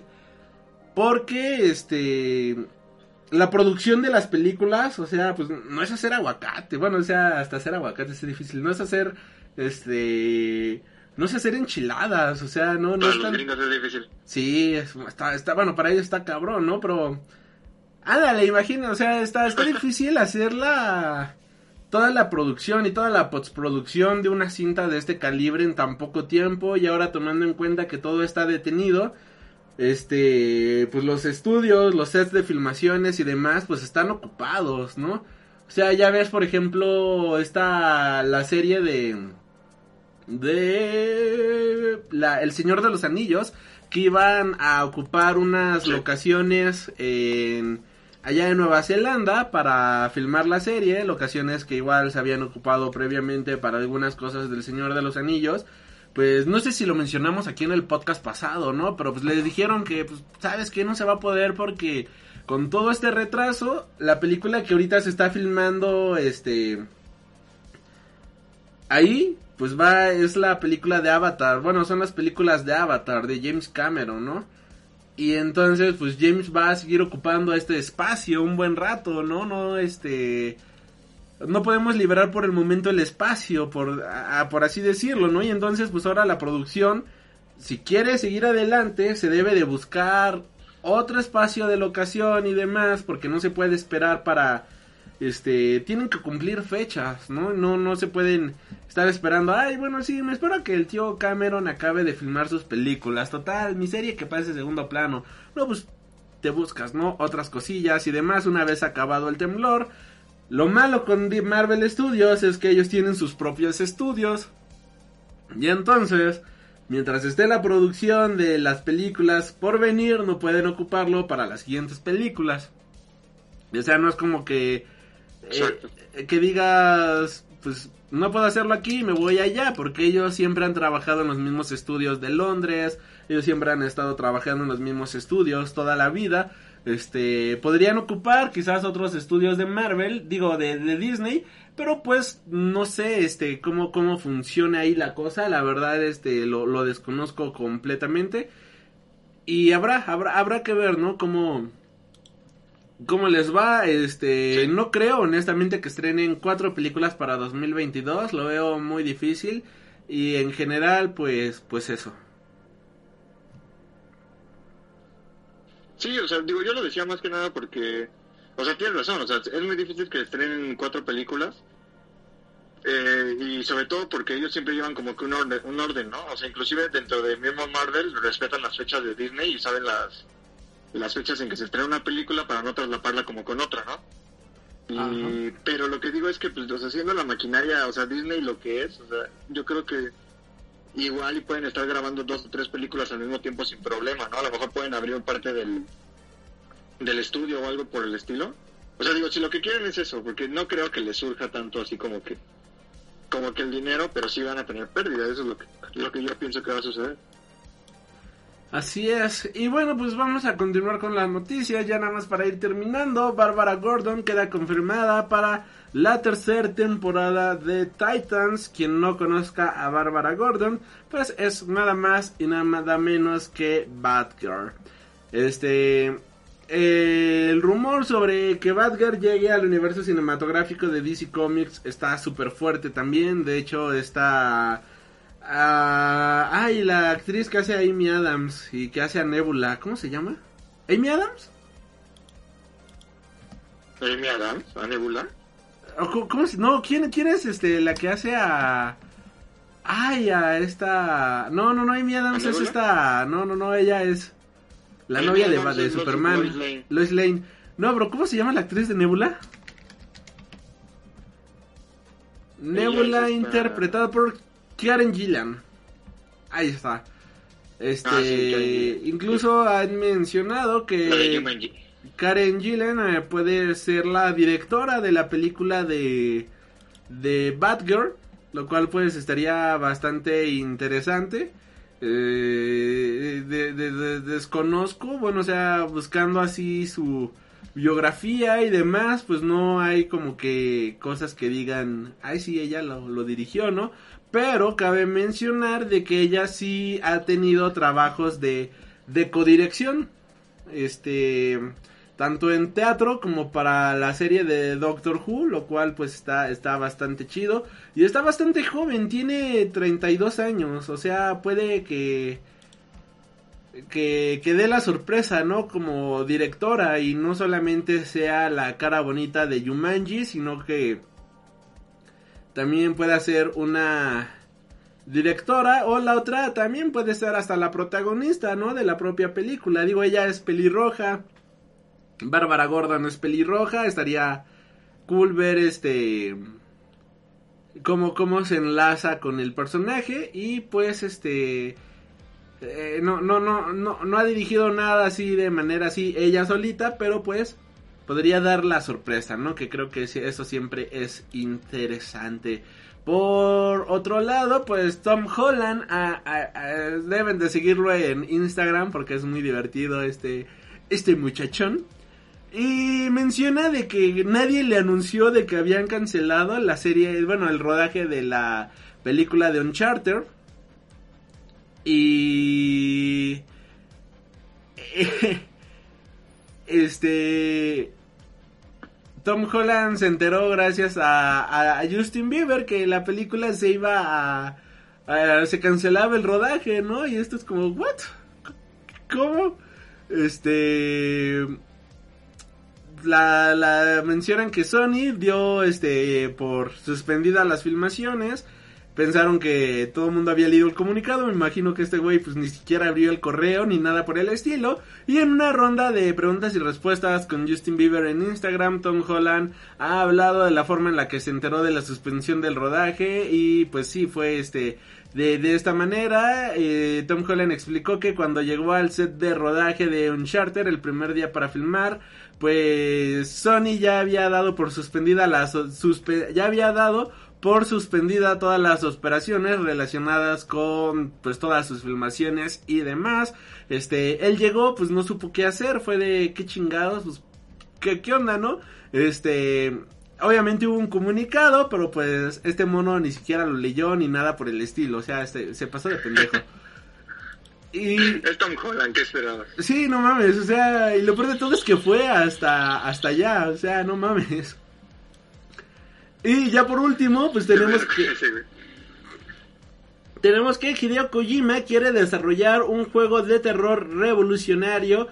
E: porque la producción de las películas, o sea, pues no es hacer aguacate. Bueno, o sea, hasta hacer aguacate es difícil. No es hacer no es hacer enchiladas, o sea, no
F: para
E: es
F: los
E: tan...
F: gringos es difícil.
E: Sí, está bueno, para ellos está cabrón, ¿no? Pero ándale, imagina, o sea, está difícil hacer toda la producción y toda la postproducción de una cinta de este calibre en tan poco tiempo. Y ahora, tomando en cuenta que todo está detenido, pues los estudios, los sets de filmaciones y demás, pues están ocupados, ¿no? O sea, ya ves, por ejemplo, la serie El Señor de los Anillos, que iban a ocupar unas locaciones allá en Nueva Zelanda para filmar la serie, locaciones que igual se habían ocupado previamente para algunas cosas del Señor de los Anillos. Pues no sé si lo mencionamos aquí en el podcast pasado, ¿no? Pero pues les dijeron que, pues, ¿sabes qué? No se va a poder porque con todo este retraso, la película que ahorita se está filmando, ahí, pues es la película de Avatar. Bueno, son las películas de Avatar, de James Cameron, ¿no? Y entonces, pues James va a seguir ocupando este espacio un buen rato, ¿no? No podemos liberar por el momento el espacio, por así decirlo, ¿no? Y entonces, pues ahora la producción, si quiere seguir adelante, se debe de buscar otro espacio de locación y demás, porque no se puede esperar para... tienen que cumplir fechas, ¿no? No se pueden estar esperando, ay, bueno, sí, me espero a que el tío Cameron acabe de filmar sus películas, total, mi serie que pase segundo plano. No, pues te buscas, ¿no? Otras cosillas y demás una vez acabado el temblor. Lo malo con Marvel Studios es que ellos tienen sus propios estudios. Y entonces, mientras esté la producción de las películas por venir, no pueden ocuparlo para las siguientes películas. O sea, no es como que digas, pues no puedo hacerlo aquí, me voy allá, porque ellos siempre han trabajado en los mismos estudios de Londres, ellos siempre han estado trabajando en los mismos estudios toda la vida. Podrían ocupar quizás otros estudios de Marvel, digo de Disney, pero pues no sé cómo funciona ahí la cosa, la verdad lo desconozco completamente. Y habrá que ver, ¿no? Cómo les va. Sí. No creo honestamente que estrenen 4 películas para 2022, lo veo muy difícil. Y en general pues eso.
F: Sí, o sea, digo, yo lo decía más que nada porque, o sea, tienes razón, o sea, es muy difícil que estrenen 4 películas, y sobre todo porque ellos siempre llevan como que un orden, ¿no? O sea, inclusive dentro de mismo Marvel respetan las fechas de Disney y saben las fechas en que se estrena una película para no traslaparla como con otra, ¿no? Pero lo que digo es que, pues, o sea, haciendo la maquinaria, o sea, Disney lo que es, o sea, yo creo que igual y pueden estar grabando 2 o 3 películas al mismo tiempo sin problema, ¿no? A lo mejor pueden abrir parte del estudio o algo por el estilo. O sea, digo, si lo que quieren es eso, porque no creo que les surja tanto así como que el dinero, pero sí van a tener pérdidas, eso es lo que yo pienso que va a suceder.
E: Así es, y bueno, pues vamos a continuar con las noticias, ya nada más para ir terminando. Bárbara Gordon queda confirmada para la 3ª temporada de Titans. Quien no conozca a Bárbara Gordon, pues es nada más y nada menos que Batgirl. El rumor sobre que Batgirl llegue al universo cinematográfico de DC Comics está súper fuerte también. De hecho está... la actriz que hace a Amy Adams y que hace a Nebula, ¿cómo se llama? ¿Amy Adams?
F: ¿Amy Adams? ¿A Nebula?
E: ¿Cómo se...? No, ¿quién es la que hace a... a esta... No, Amy Adams es esta... No, ella es la novia de Superman, Lois Lane. No, pero ¿cómo se llama la actriz de Nebula? Nebula interpretada por Karen Gillan. Ahí está. Incluso han mencionado que Karen Gillan puede ser la directora de la película de Batgirl, lo cual pues estaría bastante interesante. Desconozco, bueno, o sea, buscando así su biografía y demás, pues no hay como que cosas que digan, sí, ella lo dirigió, ¿no? Pero cabe mencionar de que ella sí ha tenido trabajos de codirección, tanto en teatro como para la serie de Doctor Who, lo cual pues está bastante chido. Y está bastante joven, tiene 32 años, o sea, puede que dé la sorpresa, ¿no? Como directora, y no solamente sea la cara bonita de Jumanji, sino que también puede ser una directora, o la otra también puede ser hasta la protagonista, ¿no? De la propia película. Digo, ella es pelirroja, Bárbara Gordon es pelirroja, estaría cool ver cómo se enlaza con el personaje. Y pues no ha dirigido nada así de manera así ella solita, pero pues podría dar la sorpresa, ¿no? Que creo que eso siempre es interesante. Por otro lado, pues Tom Holland, deben de seguirlo en Instagram porque es muy divertido este muchachón. Y menciona de que nadie le anunció de que habían cancelado la serie, bueno, el rodaje de la película de Uncharted. Y Tom Holland se enteró gracias a Justin Bieber que la película se iba se cancelaba el rodaje, ¿no? Y esto es como, ¿what? ¿Cómo? La mencionan que Sony dio por suspendida las filmaciones. Pensaron que todo el mundo había leído el comunicado. Me imagino que este güey pues ni siquiera abrió el correo ni nada por el estilo. Y en una ronda de preguntas y respuestas con Justin Bieber en Instagram, Tom Holland ha hablado de la forma en la que se enteró de la suspensión del rodaje. Y pues sí, fue de esta manera. Tom Holland explicó que cuando llegó al set de rodaje de Uncharted el primer día para filmar, pues Sony ya había dado por suspendida por suspendida todas las operaciones relacionadas con pues todas sus filmaciones y demás. Él llegó, pues no supo qué hacer, fue de qué chingados, pues qué onda, ¿no? Obviamente hubo un comunicado, pero pues este mono ni siquiera lo leyó ni nada por el estilo, o sea, se pasó de pendejo. Y
F: es Tom Holland, ¿qué esperabas?
E: Sí, no mames, o sea, y lo peor de todo es que fue hasta allá, o sea, no mames. Y ya por último, pues tenemos que Hideo Kojima quiere desarrollar un juego de terror revolucionario,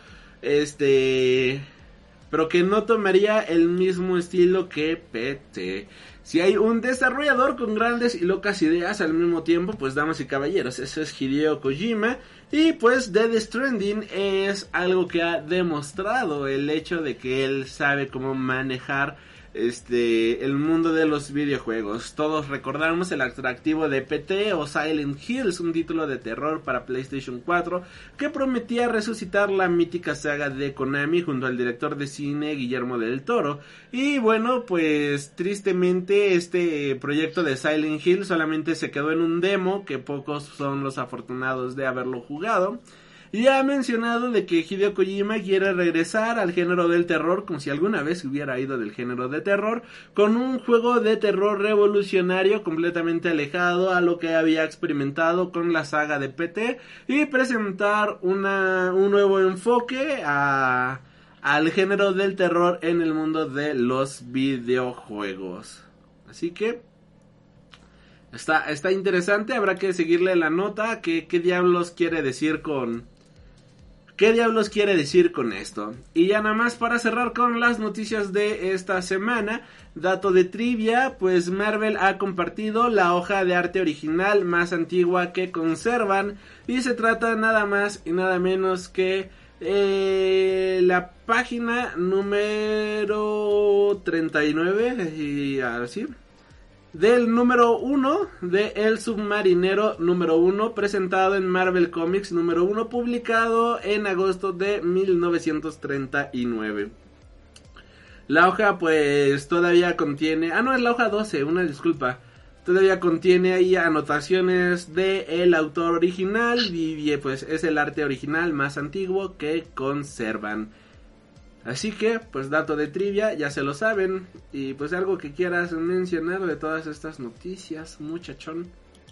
E: pero que no tomaría el mismo estilo que PT. Si hay un desarrollador con grandes y locas ideas al mismo tiempo, pues damas y caballeros, eso es Hideo Kojima. Y pues Death Stranding es algo que ha demostrado el hecho de que él sabe cómo manejar el mundo de los videojuegos. Todos recordamos el atractivo de PT o Silent Hills, un título de terror para PlayStation 4 que prometía resucitar la mítica saga de Konami junto al director de cine Guillermo del Toro. Y bueno, pues tristemente este proyecto de Silent Hill solamente se quedó en un demo, que pocos son los afortunados de haberlo jugado. Y ha mencionado de que Hideo Kojima quiere regresar al género del terror, como si alguna vez hubiera ido del género de terror, con un juego de terror revolucionario completamente alejado a lo que había experimentado con la saga de PT, y presentar un nuevo enfoque al género del terror en el mundo de los videojuegos. Así que está interesante, habrá que seguirle la nota. ¿Qué diablos quiere decir con esto? Y ya nada más para cerrar con las noticias de esta semana, dato de trivia, pues Marvel ha compartido la hoja de arte original más antigua que conservan, y se trata nada más y nada menos que la página número 39 y así, del número 1 de El Submarinero número 1, presentado en Marvel Comics número 1, publicado en agosto de 1939. La hoja pues todavía contiene, es la hoja 12, una disculpa. Todavía contiene ahí anotaciones de el autor original, y pues es el arte original más antiguo que conservan. Así que, pues dato de trivia, ya se lo saben. Y pues algo que quieras mencionar de todas estas noticias, muchachón.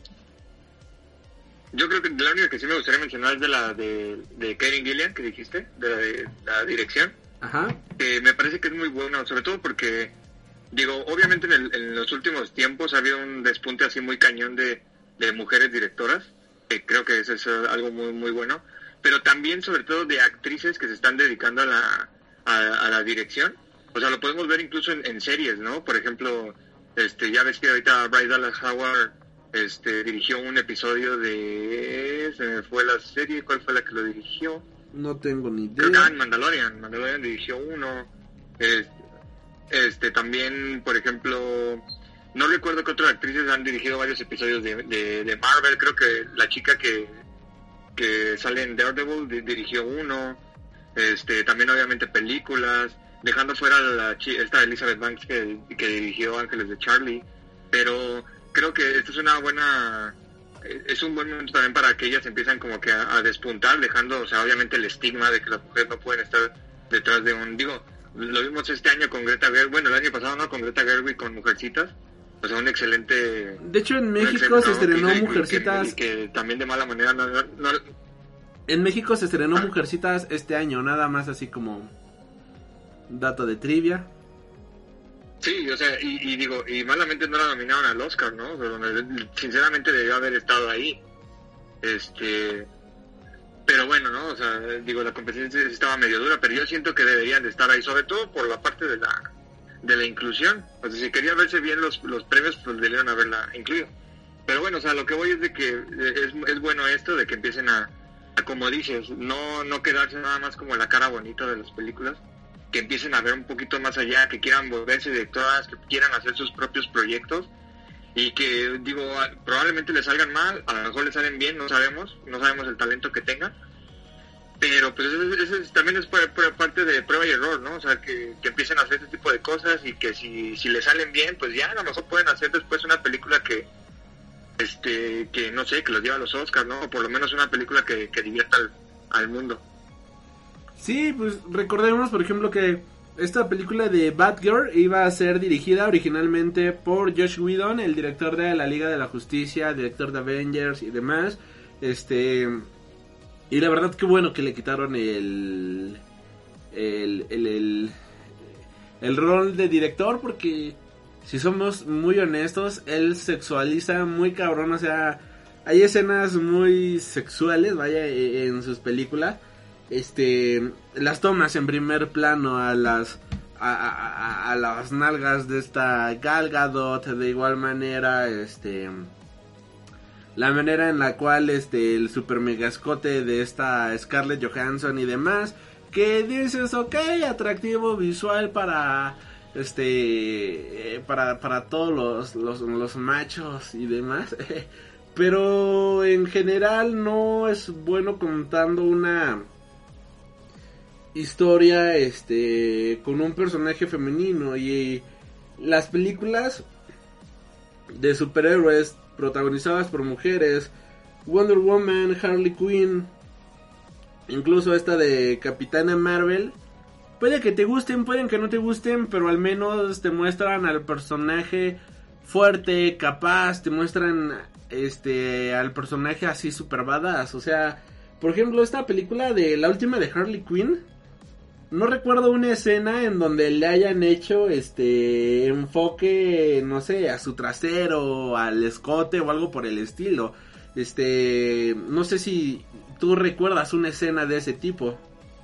F: Yo creo que la única que sí me gustaría mencionar es de Karen Gillian, que dijiste, de la dirección.
E: Ajá.
F: Que me parece que es muy bueno, sobre todo porque, digo, obviamente en los últimos tiempos ha habido un despunte así muy cañón de mujeres directoras, que creo que eso es algo muy muy bueno, pero también sobre todo de actrices que se están dedicando a la dirección. O sea, lo podemos ver incluso en series, ¿no? Por ejemplo, ya ves que ahorita Bryce Dallas Howard dirigió un episodio de... Se me fue la serie, ¿cuál fue la que lo dirigió?
E: No tengo ni idea.
F: Creo que Mandalorian dirigió uno. También, por ejemplo, no recuerdo que otras actrices han dirigido varios episodios de Marvel. Creo que la chica que sale en Daredevil dirigió uno. También obviamente películas, dejando fuera esta Elizabeth Banks que dirigió Ángeles de Charlie, pero creo que esto es un buen momento también para que ellas empiezan como que a despuntar, dejando, o sea, obviamente el estigma de que las mujeres no pueden estar detrás de lo vimos este año con Greta Gerwig, bueno, el año pasado, ¿no? Con Greta Gerwig con Mujercitas, o sea, un excelente...
E: De hecho, en México se estrenó Mujercitas...
F: Que también de mala manera no...
E: En México se estrenó Mujercitas este año, nada más así como dato de trivia.
F: Sí, o sea, y malamente no la nominaron al Oscar, ¿no? Pero sinceramente debió haber estado ahí. Pero bueno, ¿no? O sea, la competencia estaba medio dura, pero yo siento que deberían de estar ahí, sobre todo por la parte de la inclusión. O sea, si querían verse bien los premios, pues deberían haberla incluido. Pero bueno, o sea, lo que voy es de que es bueno esto, de que empiecen a como dices, no quedarse nada más como la cara bonita de las películas, que empiecen a ver un poquito más allá, que quieran volverse directoras, que quieran hacer sus propios proyectos, y que, probablemente les salgan mal, a lo mejor les salen bien, no sabemos el talento que tengan, pero pero pues eso también es por parte de prueba y error, ¿no? O sea, que empiecen a hacer este tipo de cosas y que si le salen bien, pues ya a lo mejor pueden hacer después una película que no sé, que los lleva a los Oscars, ¿no? O por lo menos una película que divierta al mundo.
E: Sí, pues recordemos, por ejemplo, que esta película de Batgirl iba a ser dirigida originalmente por Joss Whedon, el director de la Liga de la Justicia, director de Avengers y demás. Y la verdad que bueno que le quitaron el rol de director, porque si somos muy honestos, él sexualiza muy cabrón, o sea, hay escenas muy sexuales, vaya, en sus películas. Las tomas en primer plano a las nalgas de esta Gal Gadot, de igual manera, la manera en la cual el super mega escote de esta Scarlett Johansson y demás, que dices, ok, atractivo visual para todos los machos y demás, pero en general no es bueno contando una historia con un personaje femenino. Y las películas de superhéroes protagonizadas por mujeres, Wonder Woman, Harley Quinn, incluso esta de Capitana Marvel, puede que te gusten, pueden que no te gusten, pero al menos te muestran al personaje fuerte, capaz, te muestran al personaje así super badass. O sea, por ejemplo, esta película de la última de Harley Quinn, no recuerdo una escena en donde le hayan hecho enfoque, no sé, a su trasero, al escote o algo por el estilo. No sé si tú recuerdas una escena de ese tipo.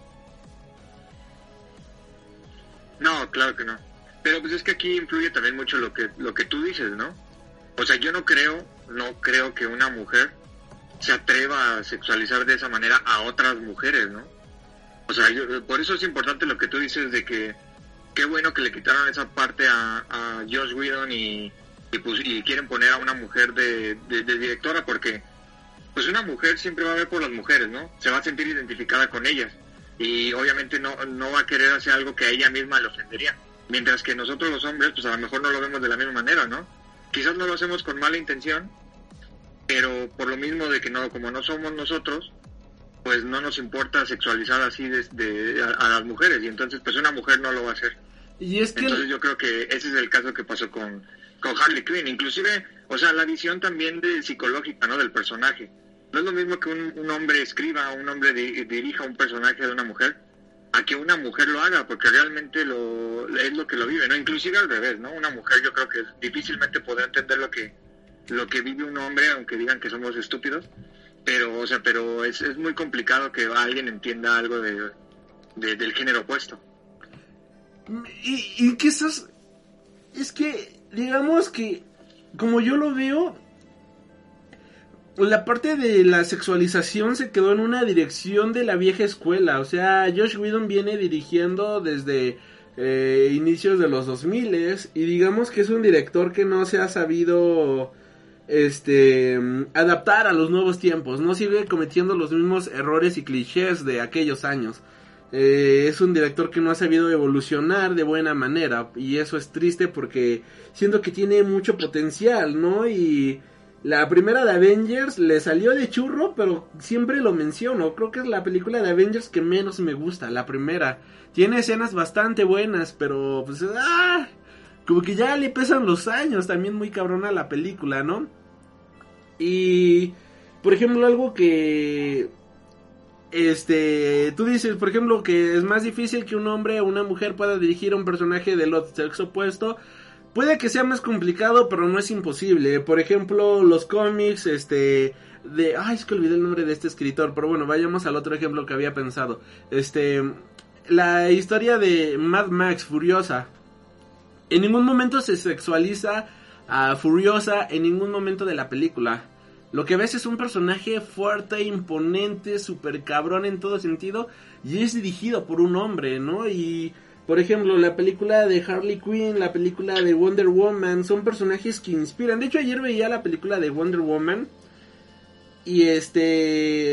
F: No, claro que no. Pero pues es que aquí influye también mucho lo que tú dices, ¿no? O sea, yo no creo que una mujer se atreva a sexualizar de esa manera a otras mujeres, ¿no? O sea, por eso es importante lo que tú dices de que qué bueno que le quitaron esa parte a Joss Whedon y quieren poner a una mujer de directora, porque pues una mujer siempre va a ver por las mujeres, ¿no? Se va a sentir identificada con ellas y obviamente no va a querer hacer algo que a ella misma le ofendería. Mientras que nosotros los hombres, pues a lo mejor no lo vemos de la misma manera, ¿no? Quizás no lo hacemos con mala intención, pero por lo mismo de que como no somos nosotros, pues no nos importa sexualizar así a las mujeres, y entonces pues una mujer no lo va a hacer.
E: Y es que
F: entonces yo creo que ese es el caso que pasó con Harley Quinn. Inclusive, o sea, la visión también psicológica, ¿no? Del personaje. No es lo mismo que un hombre escriba, un hombre dirija un personaje de una mujer, a que una mujer lo haga, porque realmente es lo que lo vive, ¿no? Inclusive al revés, ¿no? Una mujer yo creo que difícilmente podrá entender lo que vive un hombre, aunque digan que somos estúpidos. Pero, o sea, es muy complicado que alguien entienda algo del género opuesto.
E: Y que es que, digamos que, como yo lo veo, la parte de la sexualización se quedó en una dirección de la vieja escuela. O sea, Joss Whedon viene dirigiendo desde inicios de los 2000 y digamos que es un director que no se ha sabido adaptar a los nuevos tiempos, no sigue cometiendo los mismos errores y clichés de aquellos años. Es un director que no ha sabido evolucionar de buena manera, y eso es triste porque siento que tiene mucho potencial, ¿no? Y la primera de Avengers le salió de churro, pero siempre lo menciono, creo que es la película de Avengers que menos me gusta, la primera. Tiene escenas bastante buenas, pero pues como que ya le pesan los años, también muy cabrona la película, ¿no? Y, por ejemplo, algo que tú dices, por ejemplo, que es más difícil que un hombre o una mujer pueda dirigir a un personaje del sexo opuesto. Puede que sea más complicado, pero no es imposible. Por ejemplo, los cómics, es que olvidé el nombre de este escritor, pero bueno, vayamos al otro ejemplo que había pensado. La historia de Mad Max, Furiosa. En ningún momento se sexualiza a Furiosa, en ningún momento de la película. Lo que ves es un personaje fuerte, imponente, super cabrón en todo sentido, y es dirigido por un hombre, ¿no? Y, por ejemplo, la película de Harley Quinn, la película de Wonder Woman, son personajes que inspiran. De hecho, ayer veía la película de Wonder Woman, y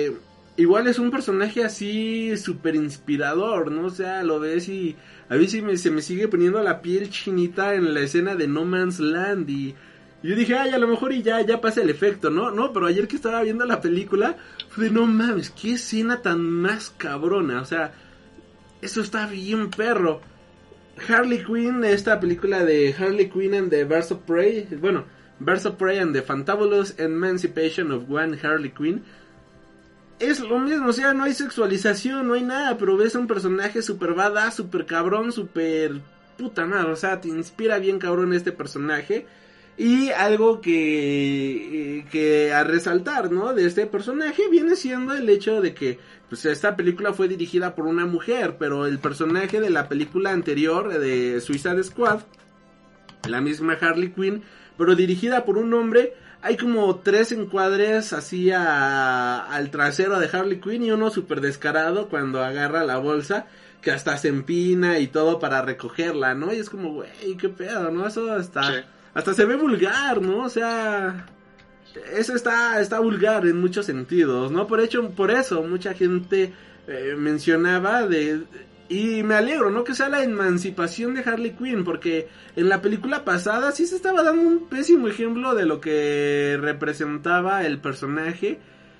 E: igual es un personaje así súper inspirador, ¿no? O sea, lo ves y a mí sí se me sigue poniendo la piel chinita en la escena de No Man's Land y yo dije, ay, a lo mejor y ya pasa el efecto, ¿no? No, pero ayer que estaba viendo la película, fue de no mames, qué escena tan más cabrona, o sea, eso está bien perro. Harley Quinn, esta película de Harley Quinn and the Birds of Prey, bueno, Birds of Prey and the Fantabulous Emancipation of One Harley Quinn, es lo mismo, o sea, no hay sexualización, no hay nada, pero ves a un personaje super badass, super cabrón, super puta madre, o sea, te inspira bien cabrón este personaje. Y algo que a resaltar, ¿no? De este personaje viene siendo el hecho de que pues esta película fue dirigida por una mujer, pero el personaje de la película anterior de Suicide Squad, la misma Harley Quinn, pero dirigida por un hombre, hay como 3 encuadres así al trasero de Harley Quinn y uno súper descarado cuando agarra la bolsa, que hasta se empina y todo para recogerla, ¿no? Y es como, güey, qué pedo, ¿no? Eso está... Sí. Hasta se ve vulgar, ¿no? O sea, eso está vulgar en muchos sentidos, ¿no? Por eso mucha gente mencionaba y me alegro, ¿no? Que sea la emancipación de Harley Quinn, porque en la película pasada sí se estaba dando un pésimo ejemplo de lo que representaba el personaje,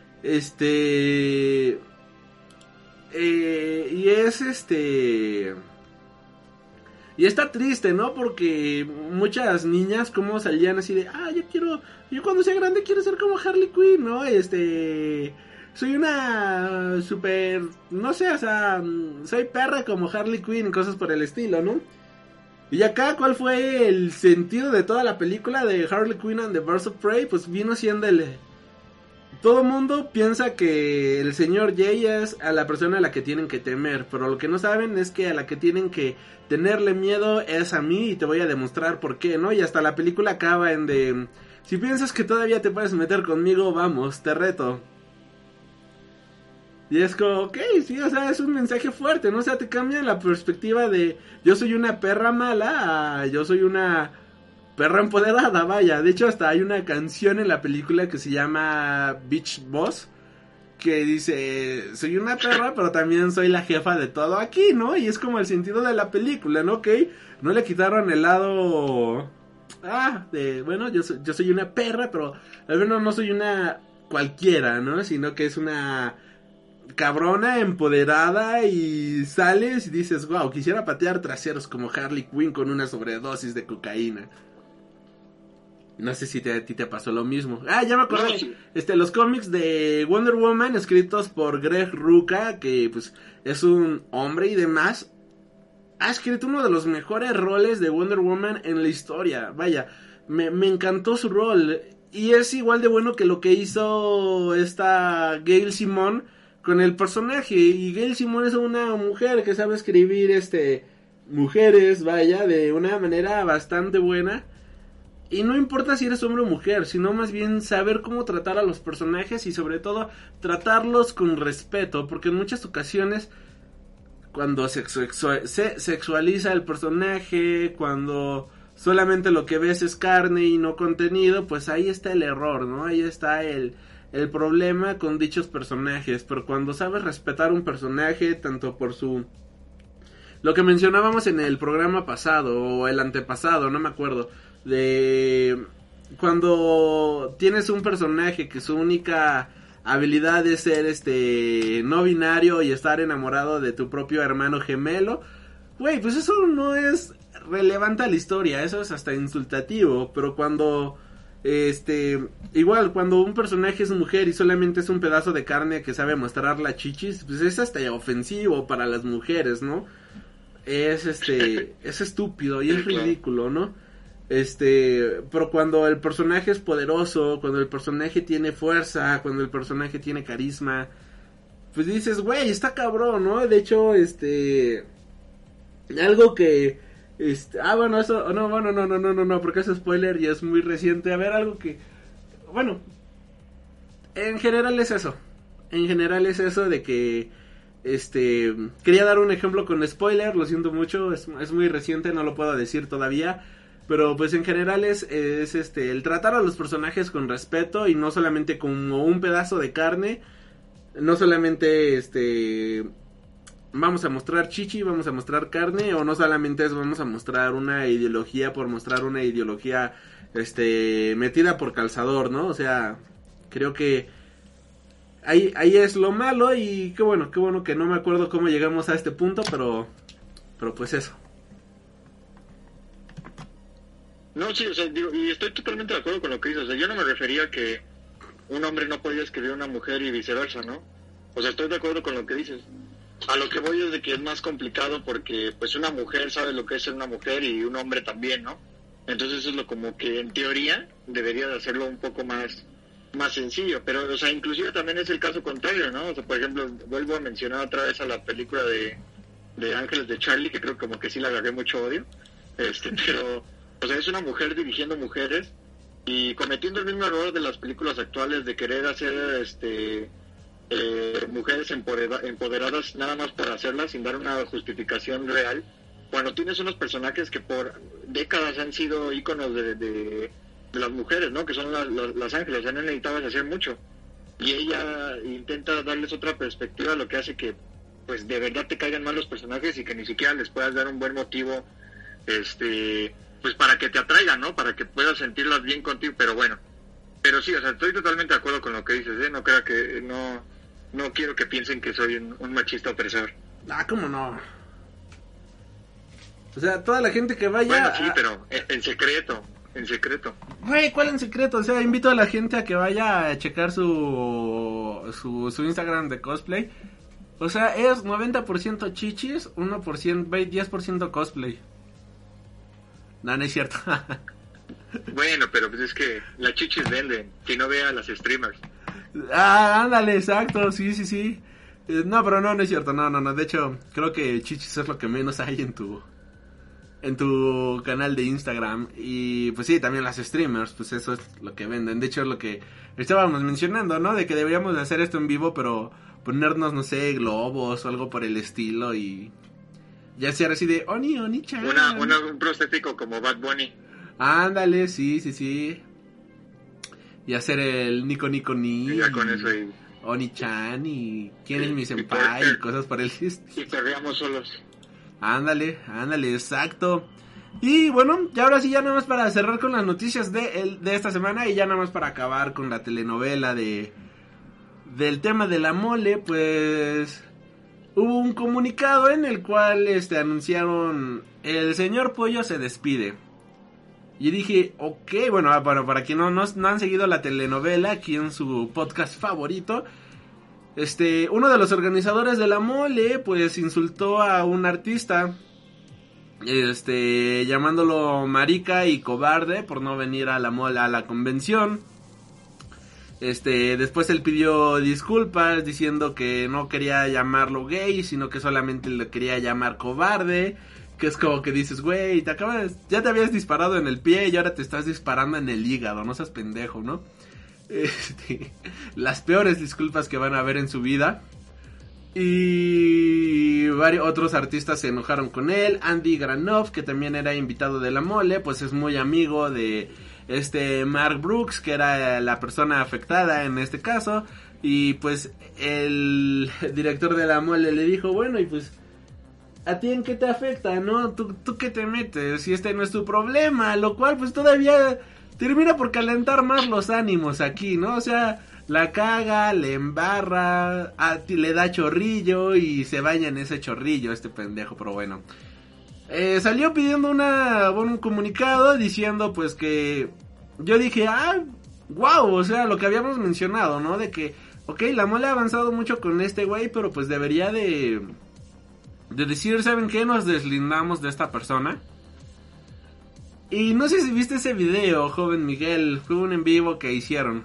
E: y es y está triste, ¿no? Porque muchas niñas como salían así de, yo cuando sea grande quiero ser como Harley Quinn, ¿no? Soy una super, no sé, o sea, soy perra como Harley Quinn, cosas por el estilo, ¿no? Y acá, ¿cuál fue el sentido de toda la película de Harley Quinn and the Birds of Prey? Pues vino siendo todo mundo piensa que el señor Jay es a la persona a la que tienen que temer, pero lo que no saben es que a la que tienen que tenerle miedo es a mí y te voy a demostrar por qué, ¿no? Y hasta la película acaba en de, si piensas que todavía te puedes meter conmigo, vamos, te reto. Y es como, ok, sí, o sea, es un mensaje fuerte, ¿no? O sea, te cambia la perspectiva de yo soy una perra mala a yo soy una perra empoderada, vaya. De hecho, hasta hay una canción en la película que se llama Bitch Boss, que dice, soy una perra, pero también soy la jefa de todo aquí, ¿no? Y es como el sentido de la película, ¿no? Ok, no le quitaron el lado, bueno, yo soy una perra, pero al menos no soy una cualquiera, ¿no? Sino que es una cabrona, empoderada, y sales y dices, wow, quisiera patear traseros como Harley Quinn con una sobredosis de cocaína. No sé si a ti te pasó lo mismo. Ya me acordé. Sí. Los cómics de Wonder Woman escritos por Greg Rucka, que pues es un hombre y demás, ha escrito uno de los mejores roles de Wonder Woman en la historia. Vaya, me encantó su rol. Y es igual de bueno que lo que hizo esta Gail Simone con el personaje. Y Gail Simone es una mujer que sabe escribir mujeres, vaya, de una manera bastante buena. Y no importa si eres hombre o mujer, sino más bien saber cómo tratar a los personajes y sobre todo tratarlos con respeto, porque en muchas ocasiones cuando se sexualiza el personaje, cuando solamente lo que ves es carne y no contenido, pues ahí está el error, ¿no? Ahí está el problema con dichos personajes. Pero cuando sabes respetar un personaje, tanto por lo que mencionábamos en el programa pasado o el antepasado, no me acuerdo, de cuando tienes un personaje que su única habilidad es ser no binario y estar enamorado de tu propio hermano gemelo, güey, pues eso no es relevante a la historia, eso es hasta insultativo. Pero cuando igual cuando un personaje es mujer y solamente es un pedazo de carne que sabe mostrar la chichis, pues es hasta ofensivo para las mujeres, ¿no? Es es estúpido y es ridículo, ¿no? Pero cuando el personaje es poderoso, cuando el personaje tiene fuerza, cuando el personaje tiene carisma, pues dices, güey, está cabrón, ¿no? De hecho, algo que, bueno, eso, no, porque es spoiler y es muy reciente. A ver, algo que, bueno, en general es eso de que, quería dar un ejemplo con spoiler, lo siento mucho, es muy reciente, no lo puedo decir todavía. Pero pues en general es el tratar a los personajes con respeto y no solamente como un pedazo de carne. no solamente vamos a mostrar chichi, vamos a mostrar carne, o no solamente es vamos a mostrar una ideología por mostrar una ideología metida por calzador, ¿no? O sea, creo que ahí es lo malo, y qué bueno que no me acuerdo cómo llegamos a este punto, pero pues eso.
F: No, sí, o sea, digo, y estoy totalmente de acuerdo con lo que dices. O sea, yo no me refería a que un hombre no podía escribir a una mujer y viceversa, ¿no? O sea, estoy de acuerdo con lo que dices. A lo que voy es de que es más complicado porque, pues, una mujer sabe lo que es ser una mujer y un hombre también, ¿no? Entonces eso es lo como que, en teoría, debería de hacerlo un poco más sencillo. Pero, o sea, inclusive también es el caso contrario, ¿no? O sea, por ejemplo, vuelvo a mencionar otra vez a la película de Ángeles de Charlie, que creo como que sí le agarré mucho odio. Pero... O sea, es una mujer dirigiendo mujeres y cometiendo el mismo error de las películas actuales de querer hacer mujeres empoderadas nada más por hacerlas sin dar una justificación real. Cuando tienes unos personajes que por décadas han sido íconos de las mujeres, ¿no? Que son las ángeles, o sea, no necesitabas hacer mucho. Y ella intenta darles otra perspectiva, lo que hace que, pues, de verdad te caigan mal los personajes y que ni siquiera les puedas dar un buen motivo, pues para que te atraigan, ¿no? Para que puedas sentirlas bien contigo, pero bueno. Pero sí, o sea, estoy totalmente de acuerdo con lo que dices, ¿eh? No creo que... No quiero que piensen que soy un machista opresor.
E: Ah, ¿cómo no? O sea, toda la gente que vaya...
F: Bueno, sí, pero en secreto.
E: Güey, ¿cuál en secreto? O sea, invito a la gente a que vaya a checar su Instagram de cosplay. O sea, es 90% chichis, 10% cosplay. No es cierto.
F: Bueno, pero pues es que las chichis venden, si no vea a las streamers.
E: Ah, ándale, exacto, sí. No, pero no es cierto, no. De hecho, creo que chichis es lo que menos hay en tu canal de Instagram. Y pues sí, también las streamers, pues eso es lo que venden. De hecho, es lo que estábamos mencionando, ¿no? De que deberíamos de hacer esto en vivo, pero ponernos, no sé, globos o algo por el estilo y... Ya sea así de Oni-chan.
F: Un prostético como Bad Bunny.
E: Ándale, sí. Y hacer el Nico Ni.
F: Y ya con eso y...
E: Oni-chan y quién es mi senpai y cosas por el estilo.
F: Y corríamos solos.
E: Ándale, exacto. Y bueno, ya ahora sí, ya nada más para cerrar con las noticias de esta semana y ya nada más para acabar con la telenovela del tema de la mole, pues... Hubo un comunicado en el cual anunciaron el señor Pollo se despide. Y dije, ok, bueno, para quien no han seguido la telenovela aquí en su podcast favorito, uno de los organizadores de la mole pues insultó a un artista, llamándolo marica y cobarde por no venir a la mole, a la convención. Después él pidió disculpas diciendo que no quería llamarlo gay, sino que solamente lo quería llamar cobarde. Que es como que dices, güey, ya te habías disparado en el pie y ahora te estás disparando en el hígado, no seas pendejo, ¿no? Las peores disculpas que van a ver en su vida. Y varios otros artistas se enojaron con él. Andy Granov, que también era invitado de la mole, pues es muy amigo de... Mark Brooks, que era la persona afectada en este caso, y pues el director de la mole le dijo, bueno, y pues ¿a ti en qué te afecta, no? ¿Tú qué te metes? Si no es tu problema, lo cual pues todavía termina por calentar más los ánimos aquí, ¿no? O sea, la caga, le embarra, le da chorrillo y se baña en ese chorrillo este pendejo, pero bueno. Salió pidiendo un comunicado diciendo pues que yo dije, wow, o sea, lo que habíamos mencionado, ¿no? De que, ok, la mole ha avanzado mucho con este güey, pero pues debería de decir, ¿saben qué? Nos deslindamos de esta persona. Y no sé si viste ese video, joven Miguel, fue un en vivo que hicieron.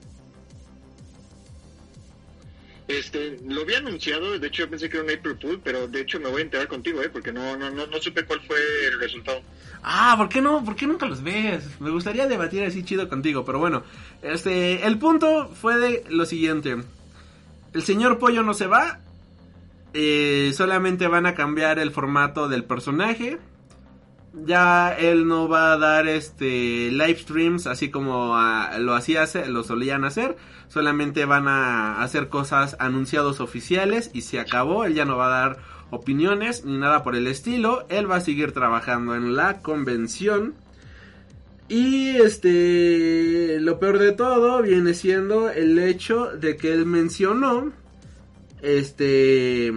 F: Lo había anunciado, de hecho yo pensé que era un April Fool, pero de hecho me voy a enterar contigo, porque no supe cuál fue el resultado.
E: ¿Por qué no? ¿Por qué nunca los ves? Me gustaría debatir así chido contigo, pero bueno, el punto fue de lo siguiente. El señor Pollo no se va, solamente van a cambiar el formato del personaje. ya él no va a dar live streams así como lo solían hacer. Solamente van a hacer cosas anunciados oficiales y se acabó. Él ya no va a dar opiniones ni nada por el estilo. Él va a seguir trabajando en la convención. Y lo peor de todo viene siendo el hecho de que él mencionó de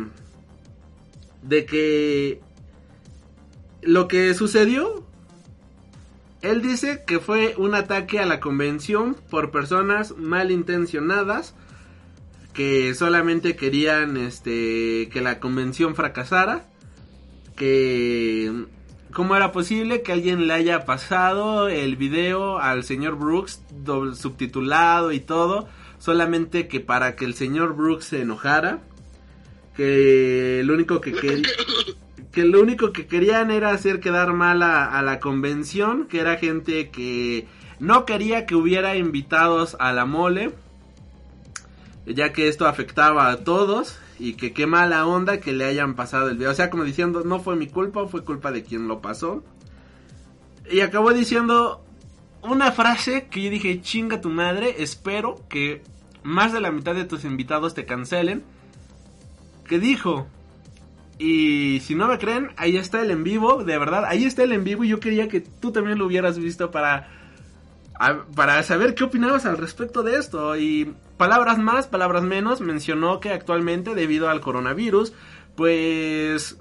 E: que lo que sucedió, él dice que fue un ataque a la convención por personas malintencionadas que solamente querían que la convención fracasara, que ¿cómo era posible que alguien le haya pasado el video al señor Brooks subtitulado y todo, solamente que para que el señor Brooks se enojara, que lo único que querían era hacer quedar mal a la convención, que era gente que no quería que hubiera invitados a la mole, ya que esto afectaba a todos, y que qué mala onda que le hayan pasado el video. O sea, como diciendo, no fue mi culpa, fue culpa de quien lo pasó. Y acabó diciendo una frase que yo dije, chinga tu madre, espero que más de la mitad de tus invitados te cancelen. Que dijo, y si no me creen, ahí está el en vivo, de verdad, ahí está el en vivo, y yo quería que tú también lo hubieras visto para saber qué opinabas al respecto de esto. Y palabras más, palabras menos, mencionó que actualmente debido al coronavirus, pues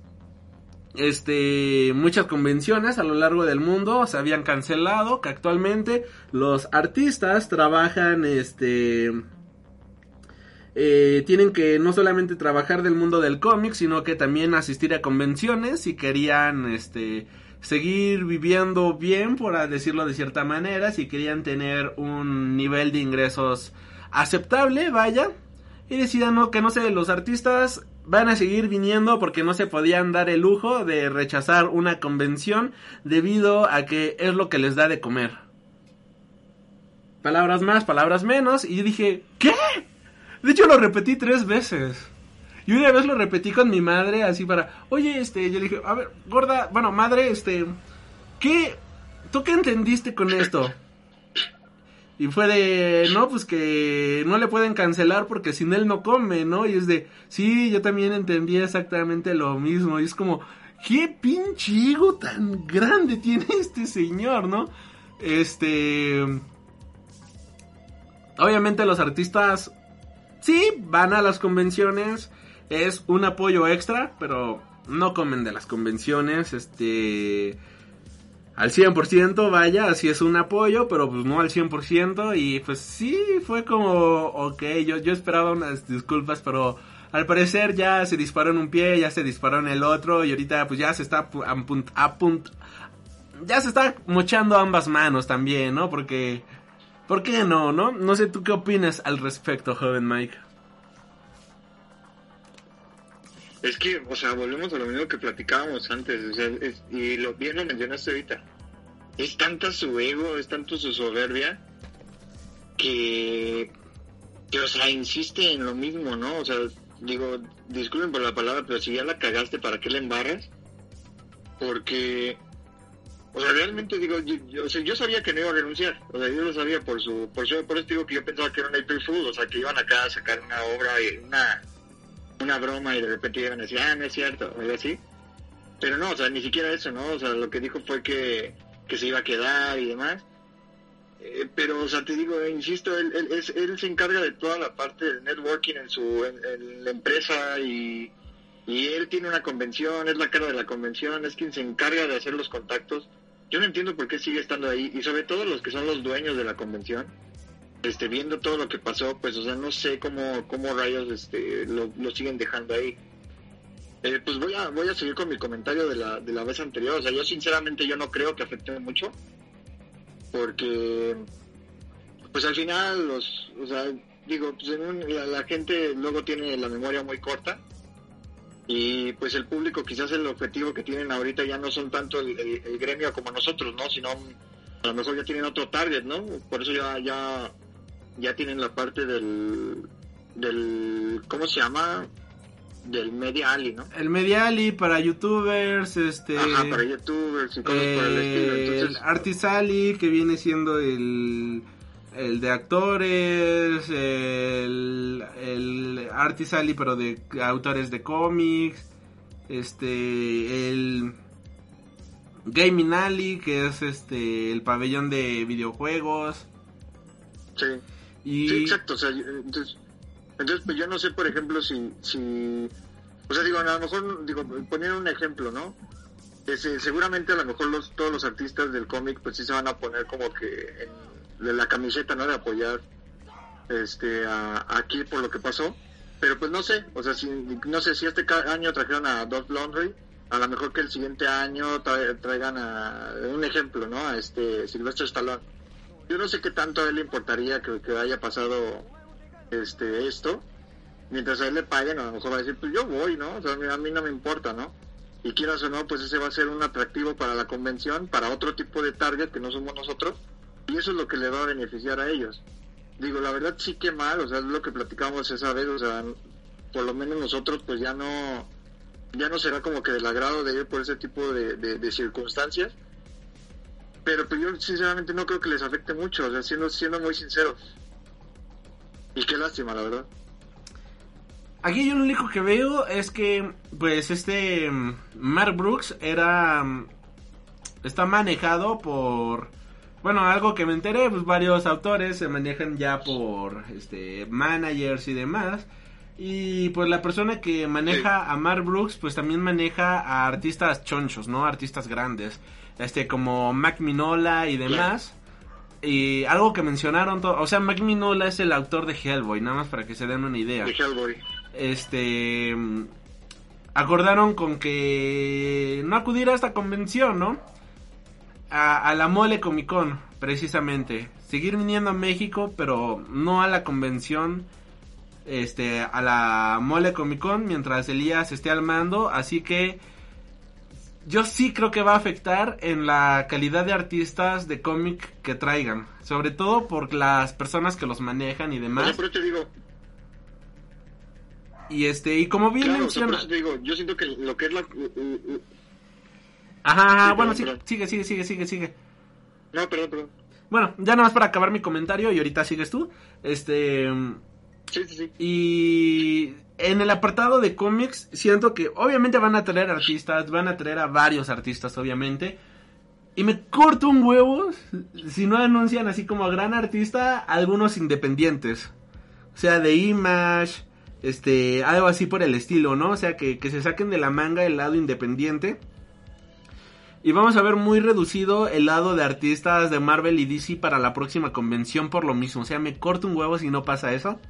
E: muchas convenciones a lo largo del mundo se habían cancelado, que actualmente los artistas trabajan tienen que no solamente trabajar del mundo del cómic, sino que también asistir a convenciones si querían seguir viviendo bien, por decirlo de cierta manera, si querían tener un nivel de ingresos aceptable, vaya. Y decían que no sé, los artistas van a seguir viniendo porque no se podían dar el lujo de rechazar una convención debido a que es lo que les da de comer. Palabras más, palabras menos, y yo dije, ¿qué? De hecho lo repetí 3 veces. Y una vez lo repetí con mi madre, así para, oye, yo le dije, a ver, gorda, bueno, madre, ¿tú qué entendiste con esto? Y fue de, no, pues que no le pueden cancelar porque sin él no come, ¿no? Y es de, sí, yo también entendí exactamente lo mismo. Y es como, qué pinche ego tan grande tiene este señor, ¿no? Obviamente los artistas, sí, van a las convenciones, es un apoyo extra, pero no comen de las convenciones, al 100%, vaya, así es un apoyo, pero pues no al 100%, y pues sí, fue como, ok, yo esperaba unas disculpas, pero al parecer ya se disparó en un pie, ya se disparó en el otro, y ahorita pues ya se está ya se está mochando ambas manos también, ¿no? Porque, ¿por qué no? No sé tú qué opinas al respecto, joven Mike.
F: Es que, o sea, volvemos a lo mismo que platicábamos antes, o sea, y bien lo mencionaste ahorita. Es tanta su ego, es tanto su soberbia, que, o sea, insiste en lo mismo, ¿no? O sea, digo, disculpen por la palabra, pero si ya la cagaste, ¿para qué la embarras? Porque, o sea, realmente digo, yo sabía que no iba a renunciar, o sea, yo lo sabía por eso digo que yo pensaba que era un April Fool, o sea, que iban acá a sacar una obra y una broma y de repente iban a decir, no es cierto, o algo así. Pero no, o sea, ni siquiera eso, ¿no? O sea, lo que dijo fue que se iba a quedar y demás. Pero, o sea, te digo, insisto, él se encarga de toda la parte del networking en la empresa y él tiene una convención, es la cara de la convención, es quien se encarga de hacer los contactos. Yo no entiendo por qué sigue estando ahí, y sobre todo los que son los dueños de la convención. Viendo todo lo que pasó, pues, o sea, no sé cómo rayos lo siguen dejando ahí. Pues voy a seguir con mi comentario de la vez anterior. O sea, yo sinceramente yo no creo que afecte mucho, porque pues al final o sea, digo, pues la gente luego tiene la memoria muy corta, y pues el público, quizás el objetivo que tienen ahorita ya no son tanto el gremio como nosotros, ¿no? Sino a lo mejor ya tienen otro target, ¿no? Por eso ya tienen la parte del ¿cómo se llama? del Media Alley, ¿no?
E: El Media Alley para youtubers,
F: Ajá, para youtubers y cosas por el estilo. Entonces,
E: el Artist Alley, que viene siendo el de actores, el Artist Alley pero de autores de cómics, el Gaming Alley, que es el pabellón de videojuegos.
F: sí. Sí, exacto, o sea, entonces pues yo no sé, por ejemplo, si o sea, digo, a lo mejor, poner un ejemplo, ¿no? Seguramente a lo mejor todos los artistas del cómic pues sí se van a poner como que de la camiseta, ¿no? De apoyar aquí por lo que pasó, pero pues no sé, o sea, no sé si este año trajeron a Dolph Lundgren, a lo mejor que el siguiente año traigan un ejemplo, ¿no? A Sylvester Stallone. Yo no sé qué tanto a él le importaría que haya pasado esto, mientras a él le paguen, a lo mejor va a decir, pues yo voy, ¿no? O sea, a mí no me importa, ¿no? Y quieras o no, pues ese va a ser un atractivo para la convención, para otro tipo de target que no somos nosotros, y eso es lo que le va a beneficiar a ellos. Digo, la verdad sí que mal, o sea, es lo que platicamos esa vez, o sea, por lo menos nosotros pues ya no será como que del agrado de ir por ese tipo de circunstancias, pero pues yo sinceramente no creo que les afecte mucho, o sea, siendo muy sinceros. Y qué lástima, la verdad.
E: Aquí yo lo único que veo es que pues Mark Brooks está manejado por, bueno, algo que me enteré, pues varios autores se manejan ya por managers y demás. Y pues la persona que maneja a Mark Brooks pues también maneja a artistas chonchos, ¿no? Artistas grandes, como Mac Mignola y demás. Y algo que mencionaron, o sea, Mac Mignola es el autor de Hellboy, nada más para que se den una idea.
F: De Hellboy.
E: Acordaron con que no acudir a esta convención, ¿no? A la Mole Comic Con, precisamente. Seguir viniendo a México, pero no a la convención, a la Mole Comic Con, mientras Elías esté al mando. Así que yo sí creo que va a afectar en la calidad de artistas de cómic que traigan, sobre todo por las personas que los manejan y demás.
F: O sea, pero te digo,
E: y como bien
F: claro,
E: menciona,
F: o sea, por eso te digo, yo siento que lo que es la
E: ajá,
F: sí,
E: bueno,
F: perdón.
E: Sigue.
F: No, perdón.
E: Bueno, ya nada más para acabar mi comentario y ahorita sigues tú.
F: Sí.
E: Y en el apartado de cómics, siento que obviamente van a traer artistas, van a traer a varios artistas, obviamente. Y me corto un huevo si no anuncian así como a gran artista algunos independientes. O sea, de Image, algo así por el estilo, ¿no? O sea, que se saquen de la manga el lado independiente. Y vamos a ver muy reducido el lado de artistas de Marvel y DC para la próxima convención por lo mismo. O sea, me corto un huevo si no pasa eso.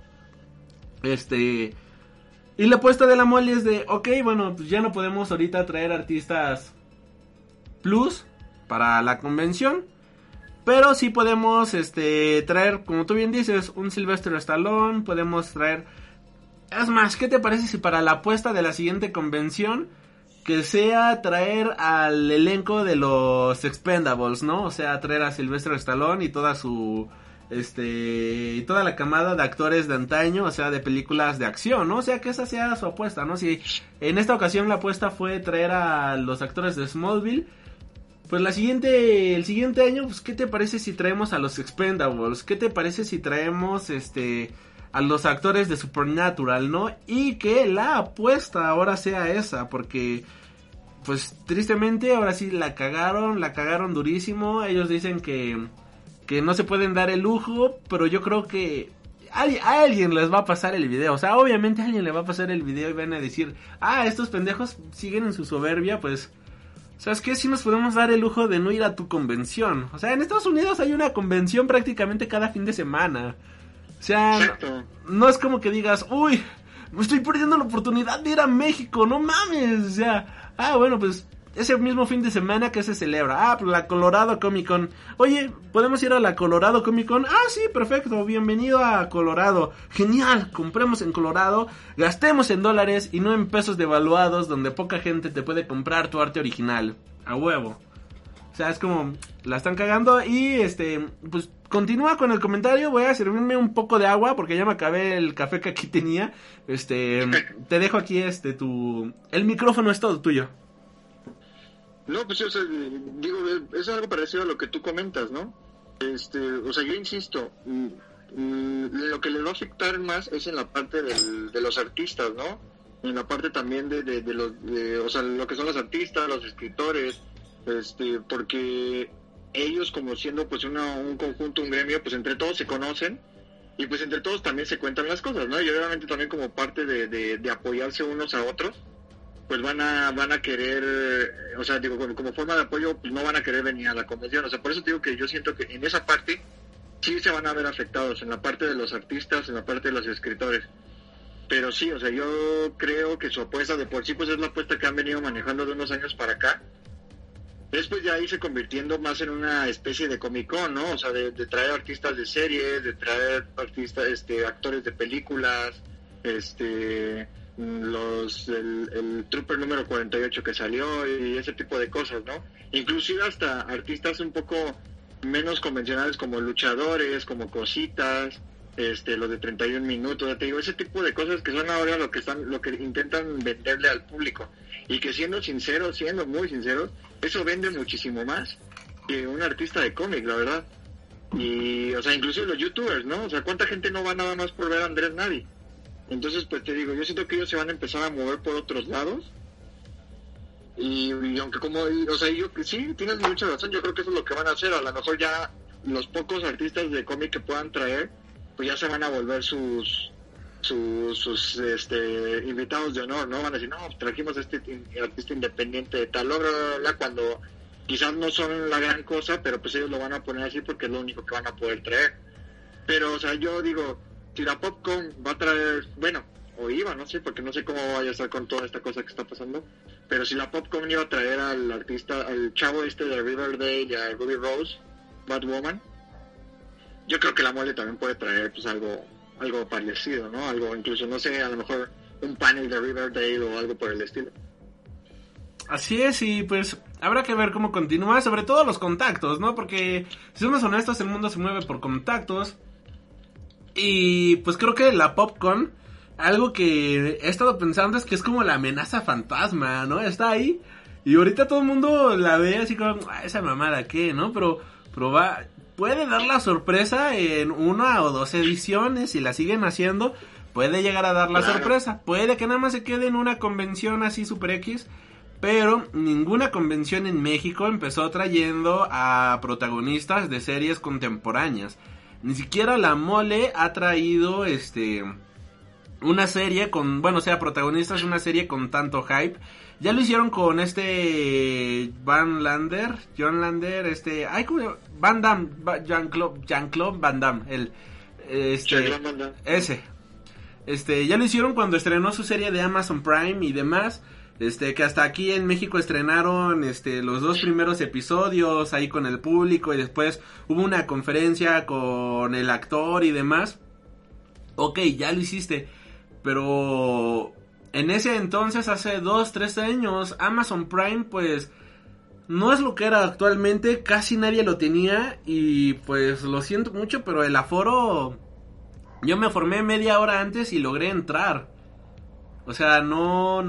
E: Y la apuesta de la Mole es de, ok, bueno, pues ya no podemos ahorita traer artistas plus para la convención, pero sí podemos traer, como tú bien dices, un Sylvester Stallone, podemos traer, es más, ¿qué te parece si para la apuesta de la siguiente convención que sea traer al elenco de los Expendables, ¿no? O sea, traer a Sylvester Stallone y toda su y toda la camada de actores de antaño, o sea, de películas de acción, ¿no? O sea, que esa sea su apuesta, ¿no? Si en esta ocasión la apuesta fue traer a los actores de Smallville, pues el siguiente año, pues ¿qué te parece si traemos a los Expendables? ¿Qué te parece si traemos a los actores de Supernatural, ¿no? Y que la apuesta ahora sea esa, porque pues tristemente ahora sí la cagaron durísimo. Ellos dicen que no se pueden dar el lujo, pero yo creo que a alguien les va a pasar el video. O sea, obviamente a alguien le va a pasar el video y van a decir, estos pendejos siguen en su soberbia, pues, ¿sabes qué? Sí nos podemos dar el lujo de no ir a tu convención. O sea, en Estados Unidos hay una convención prácticamente cada fin de semana. O sea, no es como que digas, uy, me estoy perdiendo la oportunidad de ir a México, no mames. O sea, bueno, pues ese mismo fin de semana que se celebra, pues la Colorado Comic Con. Oye, ¿podemos ir a la Colorado Comic Con? Sí, perfecto, bienvenido a Colorado. Genial, compremos en Colorado, gastemos en dólares y no en pesos devaluados donde poca gente te puede comprar tu arte original. A huevo. O sea, es como, la están cagando y pues continúa con el comentario. Voy a servirme un poco de agua porque ya me acabé el café que aquí tenía. Te dejo aquí el micrófono es todo tuyo.
F: No, pues o sea, digo, es algo parecido a lo que tú comentas, ¿no? O sea, yo insisto, lo que les va a afectar más es en la parte de los artistas, ¿no? En la parte también de o sea, lo que son los artistas, los escritores, porque ellos como siendo pues un conjunto, un gremio, pues entre todos se conocen y pues entre todos también se cuentan las cosas, ¿no? Y obviamente también como parte de apoyarse unos a otros, pues van a querer, o sea, digo, como forma de apoyo, pues no van a querer venir a la convención. O sea, por eso digo que yo siento que en esa parte sí se van a ver afectados, en la parte de los artistas, en la parte de los escritores. Pero sí, o sea, yo creo que su apuesta de por sí, pues es la apuesta que han venido manejando de unos años para acá. Después ya irse convirtiendo más en una especie de Comic-Con, ¿no? O sea, de traer artistas de series, de traer artistas, actores de películas, el Trooper número 48 que salió y ese tipo de cosas, ¿no? Inclusive hasta artistas un poco menos convencionales como luchadores, como cositas, los de 31 minutos, te digo, ese tipo de cosas que son ahora lo que intentan venderle al público, y que siendo muy sinceros, eso vende muchísimo más que un artista de cómic, la verdad. Y, o sea, incluso los youtubers, ¿no? O sea, ¿cuánta gente no va nada más por ver a Andrés Navi? Entonces, pues te digo, yo siento que ellos se van a empezar a mover por otros lados. Y aunque o sea, yo sí, tienes mucha razón, yo creo que eso es lo que van a hacer. A lo mejor ya los pocos artistas de cómic que puedan traer, pues ya se van a volver sus invitados de honor, ¿no? Van a decir, no, trajimos a este artista independiente de tal obra, cuando quizás no son la gran cosa, pero pues ellos lo van a poner así porque es lo único que van a poder traer. Pero, o sea, yo digo, si la Popcorn va a traer, bueno, o iba, no sé, porque no sé cómo vaya a estar con toda esta cosa que está pasando, pero si la Popcorn iba a traer al artista, al chavo de Riverdale y a Ruby Rose, Batwoman, yo creo que la Mole también puede traer pues algo parecido, ¿no? Algo, incluso, no sé, a lo mejor un panel de Riverdale o algo por el estilo.
E: Así es, y pues habrá que ver cómo continúa, sobre todo los contactos, ¿no? Porque, si somos honestos, el mundo se mueve por contactos. Y pues creo que la Popcorn, algo que he estado pensando es que es como la amenaza fantasma, ¿no? Está ahí, y ahorita todo el mundo la ve así como, esa mamada, ¿qué? ¿No? Pero puede dar la sorpresa en 1 o 2 ediciones, si la siguen haciendo, puede llegar a dar la sorpresa. Puede que nada más se quede en una convención así super X, pero ninguna convención en México empezó trayendo a protagonistas de series contemporáneas. Ni siquiera la Mole ha traído una serie con, bueno, o sea, protagonistas de una serie con tanto hype. Ya lo hicieron con John Lander, Van Damme, Jean-Claude Van Damme, ese. Ya lo hicieron cuando estrenó su serie de Amazon Prime y demás. Que hasta aquí en México estrenaron los 2 primeros episodios ahí con el público, y después hubo una conferencia con el actor y demás. Ok, ya lo hiciste, pero en ese entonces, hace 2-3 años, Amazon Prime pues no es lo que era actualmente, casi nadie lo tenía, y pues lo siento mucho, pero el aforo, yo me formé media hora antes y logré entrar. O sea, no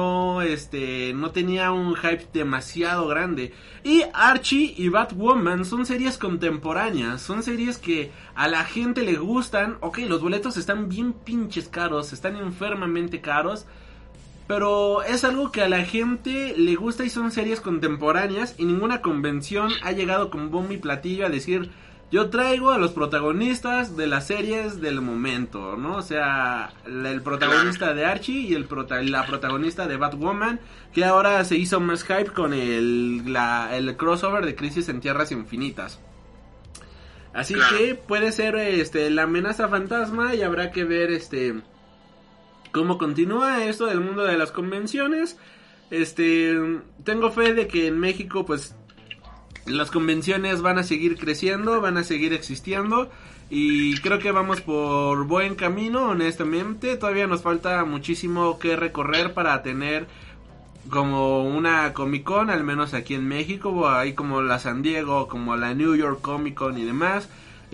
E: tenía un hype demasiado grande. Y Archie y Batwoman son series contemporáneas, son series que a la gente le gustan. Ok, los boletos están bien pinches caros, están enfermamente caros, pero es algo que a la gente le gusta y son series contemporáneas, y ninguna convención ha llegado con bombo y platillo a decir, yo traigo a los protagonistas de las series del momento, ¿no? O sea, el protagonista de Archie y la protagonista de Batwoman, que ahora se hizo más hype con el crossover de Crisis en Tierras Infinitas. Así que puede ser la amenaza fantasma, y habrá que ver cómo continúa esto del mundo de las convenciones. Tengo fe de que en México pues las convenciones van a seguir creciendo, van a seguir existiendo, y creo que vamos por buen camino, honestamente. Todavía nos falta muchísimo que recorrer para tener como una Comic Con, al menos aquí en México, hay como la San Diego, como la New York Comic Con y demás.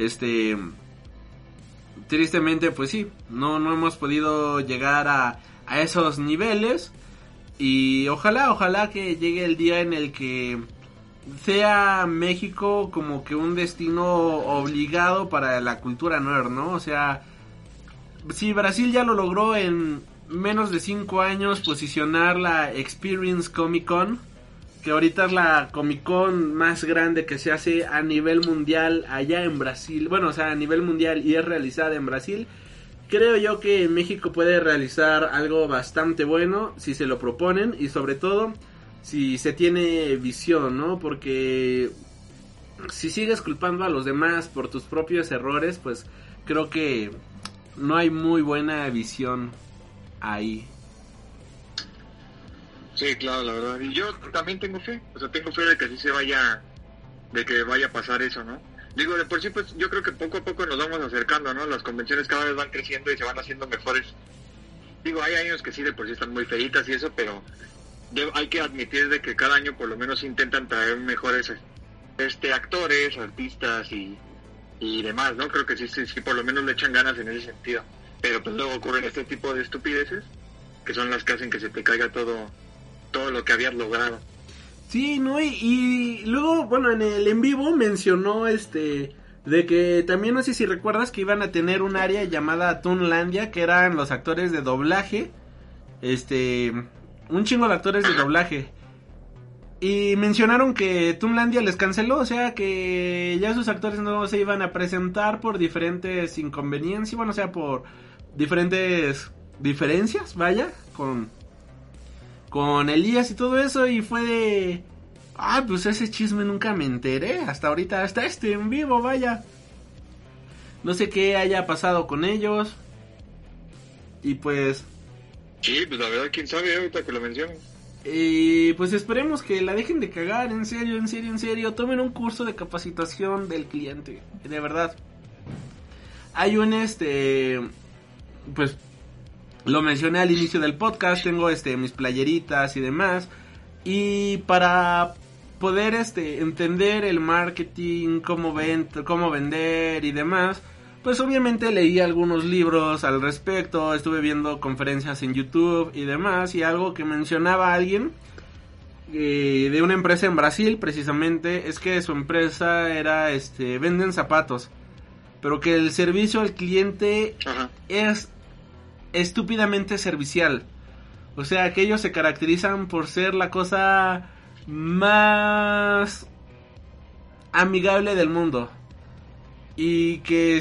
E: Tristemente, pues sí, no hemos podido llegar a esos niveles. Y ojalá que llegue el día en el que sea México como que un destino obligado para la cultura nerd, ¿no? O sea, si Brasil ya lo logró en menos de 5 años posicionar la Experience Comic Con, que ahorita es la Comic Con más grande que se hace a nivel mundial allá en Brasil, bueno, o sea, a nivel mundial, y es realizada en Brasil. Creo yo que México puede realizar algo bastante bueno si se lo proponen y sobre todo si se tiene visión, ¿no? Porque si sigues culpando a los demás por tus propios errores, pues creo que no hay muy buena visión ahí.
F: Sí, claro, la verdad. Y yo también tengo fe, o sea, tengo fe de que así de que vaya a pasar eso, ¿no? Digo, de por sí, pues yo creo que poco a poco nos vamos acercando, ¿no? Las convenciones cada vez van creciendo y se van haciendo mejores. Digo, hay años que sí, de por sí están muy feitas y eso, pero hay que admitir de que cada año por lo menos intentan traer mejores actores, artistas y demás, ¿no? Creo que sí, por lo menos le echan ganas en ese sentido. Pero pues luego ocurren este tipo de estupideces, que son las que hacen que se te caiga todo lo que habías logrado.
E: Sí, ¿no? Y luego, bueno, en el en vivo mencionó de que también, no sé si recuerdas, que iban a tener un área llamada Toonlandia, que eran los actores de doblaje, un chingo de actores de doblaje. Y mencionaron que Toonlandia les canceló, o sea que ya sus actores no se iban a presentar por diferentes inconveniencias, bueno, o sea, por diferentes diferencias, vaya, con Elías y todo eso, y fue de... pues ese chisme nunca me enteré, hasta ahorita, hasta en vivo, vaya. No sé qué haya pasado con ellos. Y pues...
F: Sí, pues la verdad, quién sabe ahorita que lo mencionas.
E: Y pues esperemos que la dejen de cagar, en serio. Tomen un curso de capacitación del cliente, de verdad. Hay un pues... Lo mencioné al inicio del podcast, tengo mis playeritas y demás. Y para poder entender el marketing, cómo vender y demás, pues obviamente leí algunos libros al respecto, estuve viendo conferencias en YouTube y demás, y algo que mencionaba alguien de una empresa en Brasil precisamente es que su empresa era venden zapatos, pero que el servicio al cliente es estúpidamente servicial. O sea, que ellos se caracterizan por ser la cosa más amigable del mundo. Y que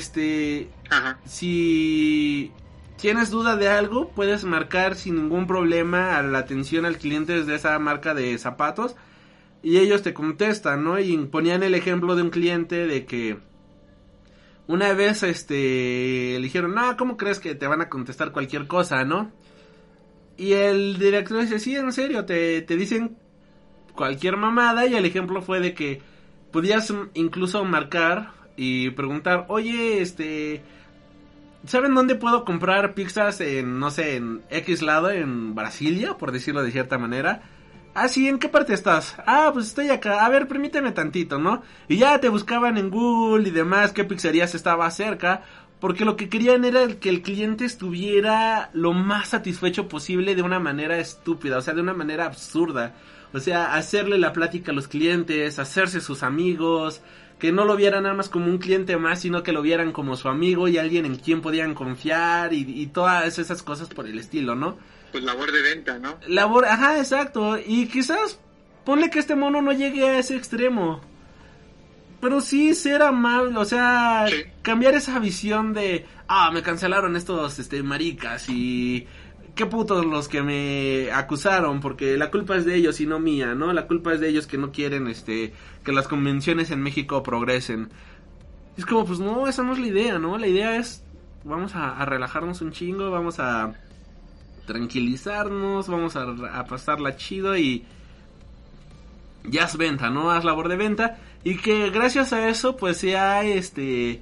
E: si tienes duda de algo, puedes marcar sin ningún problema a la atención al cliente desde esa marca de zapatos y ellos te contestan, ¿no? Y ponían el ejemplo de un cliente de que una vez le dijeron, no, ¿cómo crees que te van a contestar cualquier cosa, no? Y el director dice, sí, en serio, te dicen cualquier mamada. Y el ejemplo fue de que podías incluso marcar y preguntar, oye, ¿saben dónde puedo comprar pizzas en, no sé, en X lado, en Brasilia, por decirlo de cierta manera? Ah, sí, ¿en qué parte estás? Ah, pues estoy acá, a ver, permíteme tantito, ¿no? Y ya te buscaban en Google y demás qué pizzerías estaba cerca, porque lo que querían era que el cliente estuviera lo más satisfecho posible de una manera estúpida, o sea, de una manera absurda. O sea, hacerle la plática a los clientes, hacerse sus amigos, que no lo vieran nada más como un cliente más, sino que lo vieran como su amigo y alguien en quien podían confiar y todas esas cosas por el estilo, ¿no?
F: Pues labor de venta, ¿no?
E: Ajá, exacto. Y quizás ponle que este mono no llegue a ese extremo, pero sí ser amable, o sea, sí. Cambiar esa visión de, me cancelaron estos maricas y qué putos los que me acusaron, porque la culpa es de ellos y no mía, ¿no? La culpa es de ellos que no quieren que las convenciones en México progresen. Y es como, pues no, esa no es la idea, ¿no? La idea es, vamos a relajarnos un chingo, vamos a tranquilizarnos, vamos a pasarla chido y ya haz venta, ¿no? Haz labor de venta. Y que gracias a eso pues se ha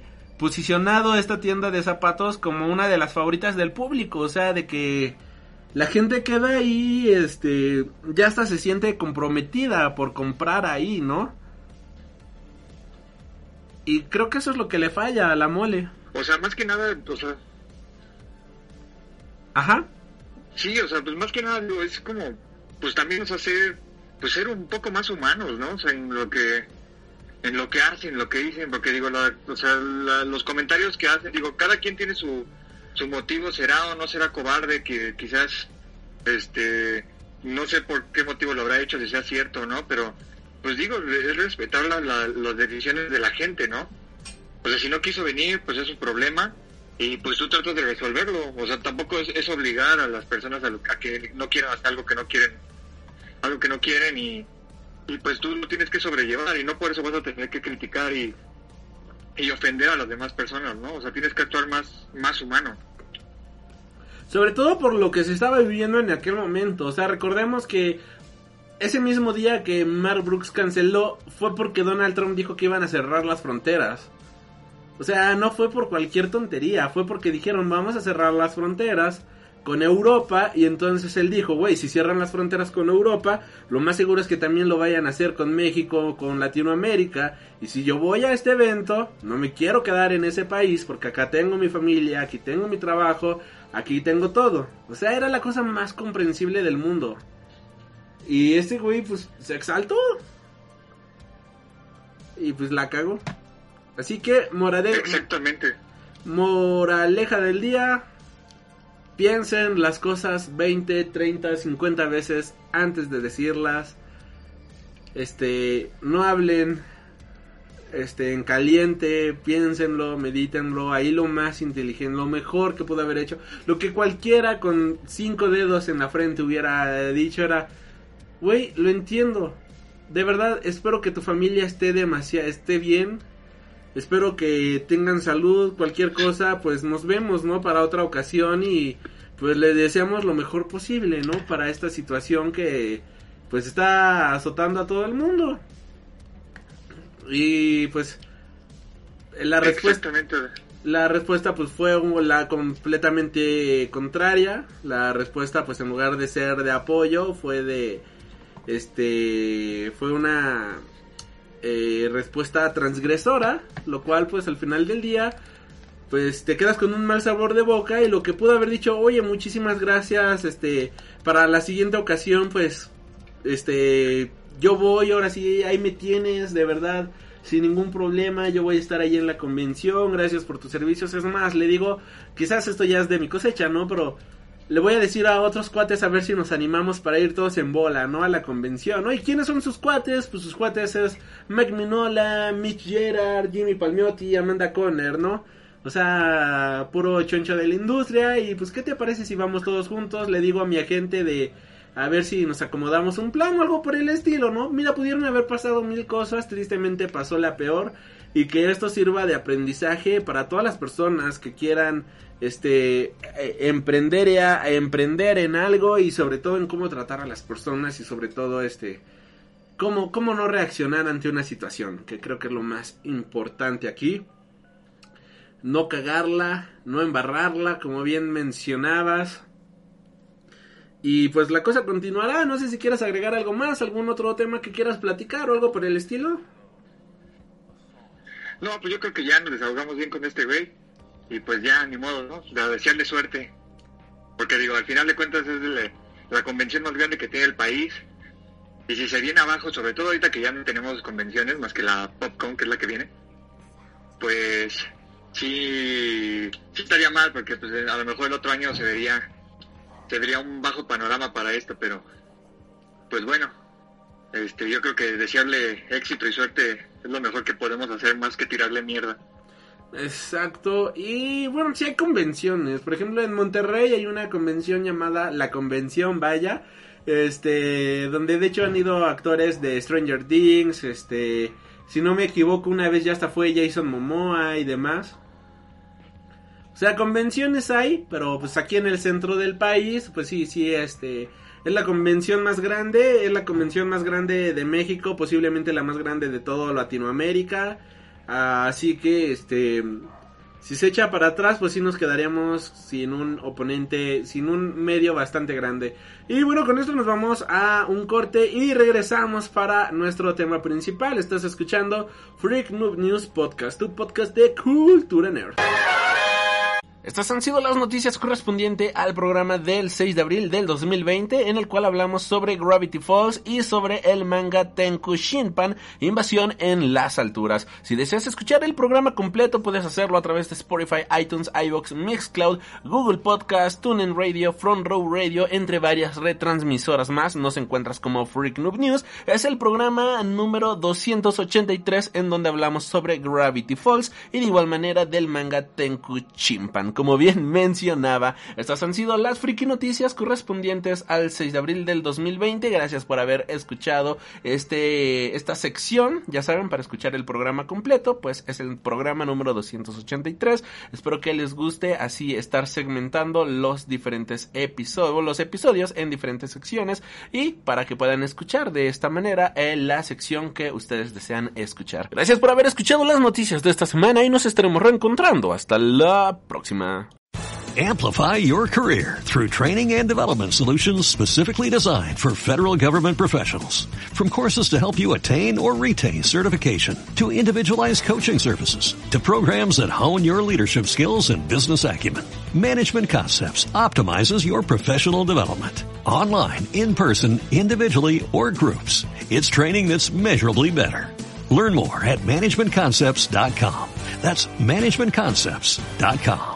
E: posicionado esta tienda de zapatos como una de las favoritas del público. O sea, de que la gente queda ahí, ya hasta se siente comprometida por comprar ahí, ¿no? Y creo que eso es lo que le falla a la mole.
F: O sea, más que nada, o sea...
E: Ajá.
F: Sí, o sea, pues más que nada es como, pues también, o sea, ser un poco más humanos, ¿no? O sea, en lo que hacen, lo que dicen, porque digo, los comentarios que hacen, digo, cada quien tiene su motivo, será o no será cobarde, que quizás, no sé por qué motivo lo habrá hecho, si sea cierto o no, pero, pues digo, es respetar las decisiones de la gente, ¿no? O sea, si no quiso venir, pues es su problema, y pues tú tratas de resolverlo, o sea, tampoco es obligar a las personas a que no quieran hacer algo que no quieren, y pues tú lo tienes que sobrellevar, y no por eso vas a tener que criticar y ofender a las demás personas, ¿no? O sea, tienes que actuar más humano.
E: Sobre todo por lo que se estaba viviendo en aquel momento. O sea, recordemos que ese mismo día que Mark Brooks canceló fue porque Donald Trump dijo que iban a cerrar las fronteras. O sea, no fue por cualquier tontería, fue porque dijeron vamos a cerrar las fronteras con Europa, y entonces él dijo, güey, si cierran las fronteras con Europa, lo más seguro es que también lo vayan a hacer con México, con Latinoamérica, y si yo voy a este evento, no me quiero quedar en ese país, porque acá tengo mi familia, aquí tengo mi trabajo, aquí tengo todo. O sea, era la cosa más comprensible del mundo. Y este güey, pues, se exaltó. Y pues la cagó. Así que,
F: Exactamente.
E: Moraleja del día: piensen las cosas 20, 30, 50 veces antes de decirlas. No hablen en caliente, piénsenlo, medítenlo. Ahí lo más inteligente, lo mejor que pudo haber hecho, lo que cualquiera con 5 dedos en la frente hubiera dicho era, güey, lo entiendo. De verdad, espero que tu familia esté bien. Espero que tengan salud, cualquier cosa, pues nos vemos, ¿no? Para otra ocasión, y pues le deseamos lo mejor posible, ¿no? Para esta situación que pues está azotando a todo el mundo. Y pues la respuesta pues fue la completamente contraria. La respuesta, pues en lugar de ser de apoyo, fue fue una respuesta transgresora, lo cual pues al final del día pues te quedas con un mal sabor de boca. Y lo que pudo haber dicho, oye, muchísimas gracias, para la siguiente ocasión pues yo voy, ahora sí, ahí me tienes, de verdad, sin ningún problema, yo voy a estar ahí en la convención, gracias por tus servicios. Es más, le digo, quizás esto ya es de mi cosecha, ¿no? Pero le voy a decir a otros cuates a ver si nos animamos para ir todos en bola, ¿no? A la convención, ¿no? ¿Y quiénes son sus cuates? Pues sus cuates es Mike Minola, Mitch Gerard, Jimmy Palmiotti, Amanda Conner, ¿no? O sea, puro choncho de la industria. Y pues, ¿qué te parece si vamos todos juntos? Le digo a mi agente a ver si nos acomodamos un plan o algo por el estilo, ¿no? Mira, pudieron haber pasado 1000 cosas, tristemente pasó la peor. Y que esto sirva de aprendizaje para todas las personas que quieran emprender en algo, y sobre todo en cómo tratar a las personas, y sobre todo cómo no reaccionar ante una situación, que creo que es lo más importante aquí. No cagarla, no embarrarla, como bien mencionabas. Y pues la cosa continuará. No sé si quieras agregar algo más, algún otro tema que quieras platicar o algo por el estilo.
F: No, pues yo creo que ya nos desahogamos bien con este güey. Y pues ya, ni modo, ¿no? De desearle suerte. Porque digo, al final de cuentas es la convención más grande que tiene el país. Y si se viene abajo, sobre todo ahorita que ya no tenemos convenciones más que la PopCon, que es la que viene, pues sí estaría mal, porque pues a lo mejor el otro año se vería un bajo panorama para esto. Pero pues bueno, yo creo que desearle éxito y suerte es lo mejor que podemos hacer, más que tirarle mierda.
E: Exacto. Y bueno, sí hay convenciones. Por ejemplo, en Monterrey hay una convención llamada La Convención, vaya, donde de hecho han ido actores de Stranger Things, si no me equivoco, una vez ya hasta fue Jason Momoa y demás. O sea, convenciones hay, pero pues aquí en el centro del país, pues sí, es la convención más grande, es la convención más grande de México, posiblemente la más grande de toda Latinoamérica. Así que Si se echa para atrás, pues sí nos quedaríamos sin un oponente, sin un medio bastante grande. Y bueno, con esto nos vamos a un corte y regresamos para nuestro tema principal. Estás escuchando Freak Noob News Podcast, tu podcast de cultura nerd. Estas han sido las noticias correspondientes al programa del 6 de abril del 2020, en el cual hablamos sobre Gravity Falls y sobre el manga Tenku Shinpan, Invasión en las Alturas. Si deseas escuchar el programa completo, puedes hacerlo a través de Spotify, iTunes, iVoox, Mixcloud, Google Podcast, TuneIn Radio, Front Row Radio, entre varias retransmisoras más. Nos encuentras como Freak Noob News. Es el programa número 283 en donde hablamos sobre Gravity Falls y de igual manera del manga Tenku Shinpan. Como bien mencionaba, estas han sido las friki noticias correspondientes al 6 de abril del 2020. Gracias por haber escuchado esta sección. Ya saben, para escuchar el programa completo, pues es el programa número 283. Espero que les guste así estar segmentando los diferentes episodios en diferentes secciones, y para que puedan escuchar de esta manera la sección que ustedes desean escuchar. Gracias por haber escuchado las noticias de esta semana y nos estaremos reencontrando. Hasta la próxima.
A: Amplify your career through training and development solutions specifically designed for federal government professionals. From courses to help you attain or retain certification, to individualized coaching services, to programs that hone your leadership skills and business acumen, Management Concepts optimizes your professional development. Online, in person, individually, or groups, it's training that's measurably better. Learn more at managementconcepts.com. That's managementconcepts.com.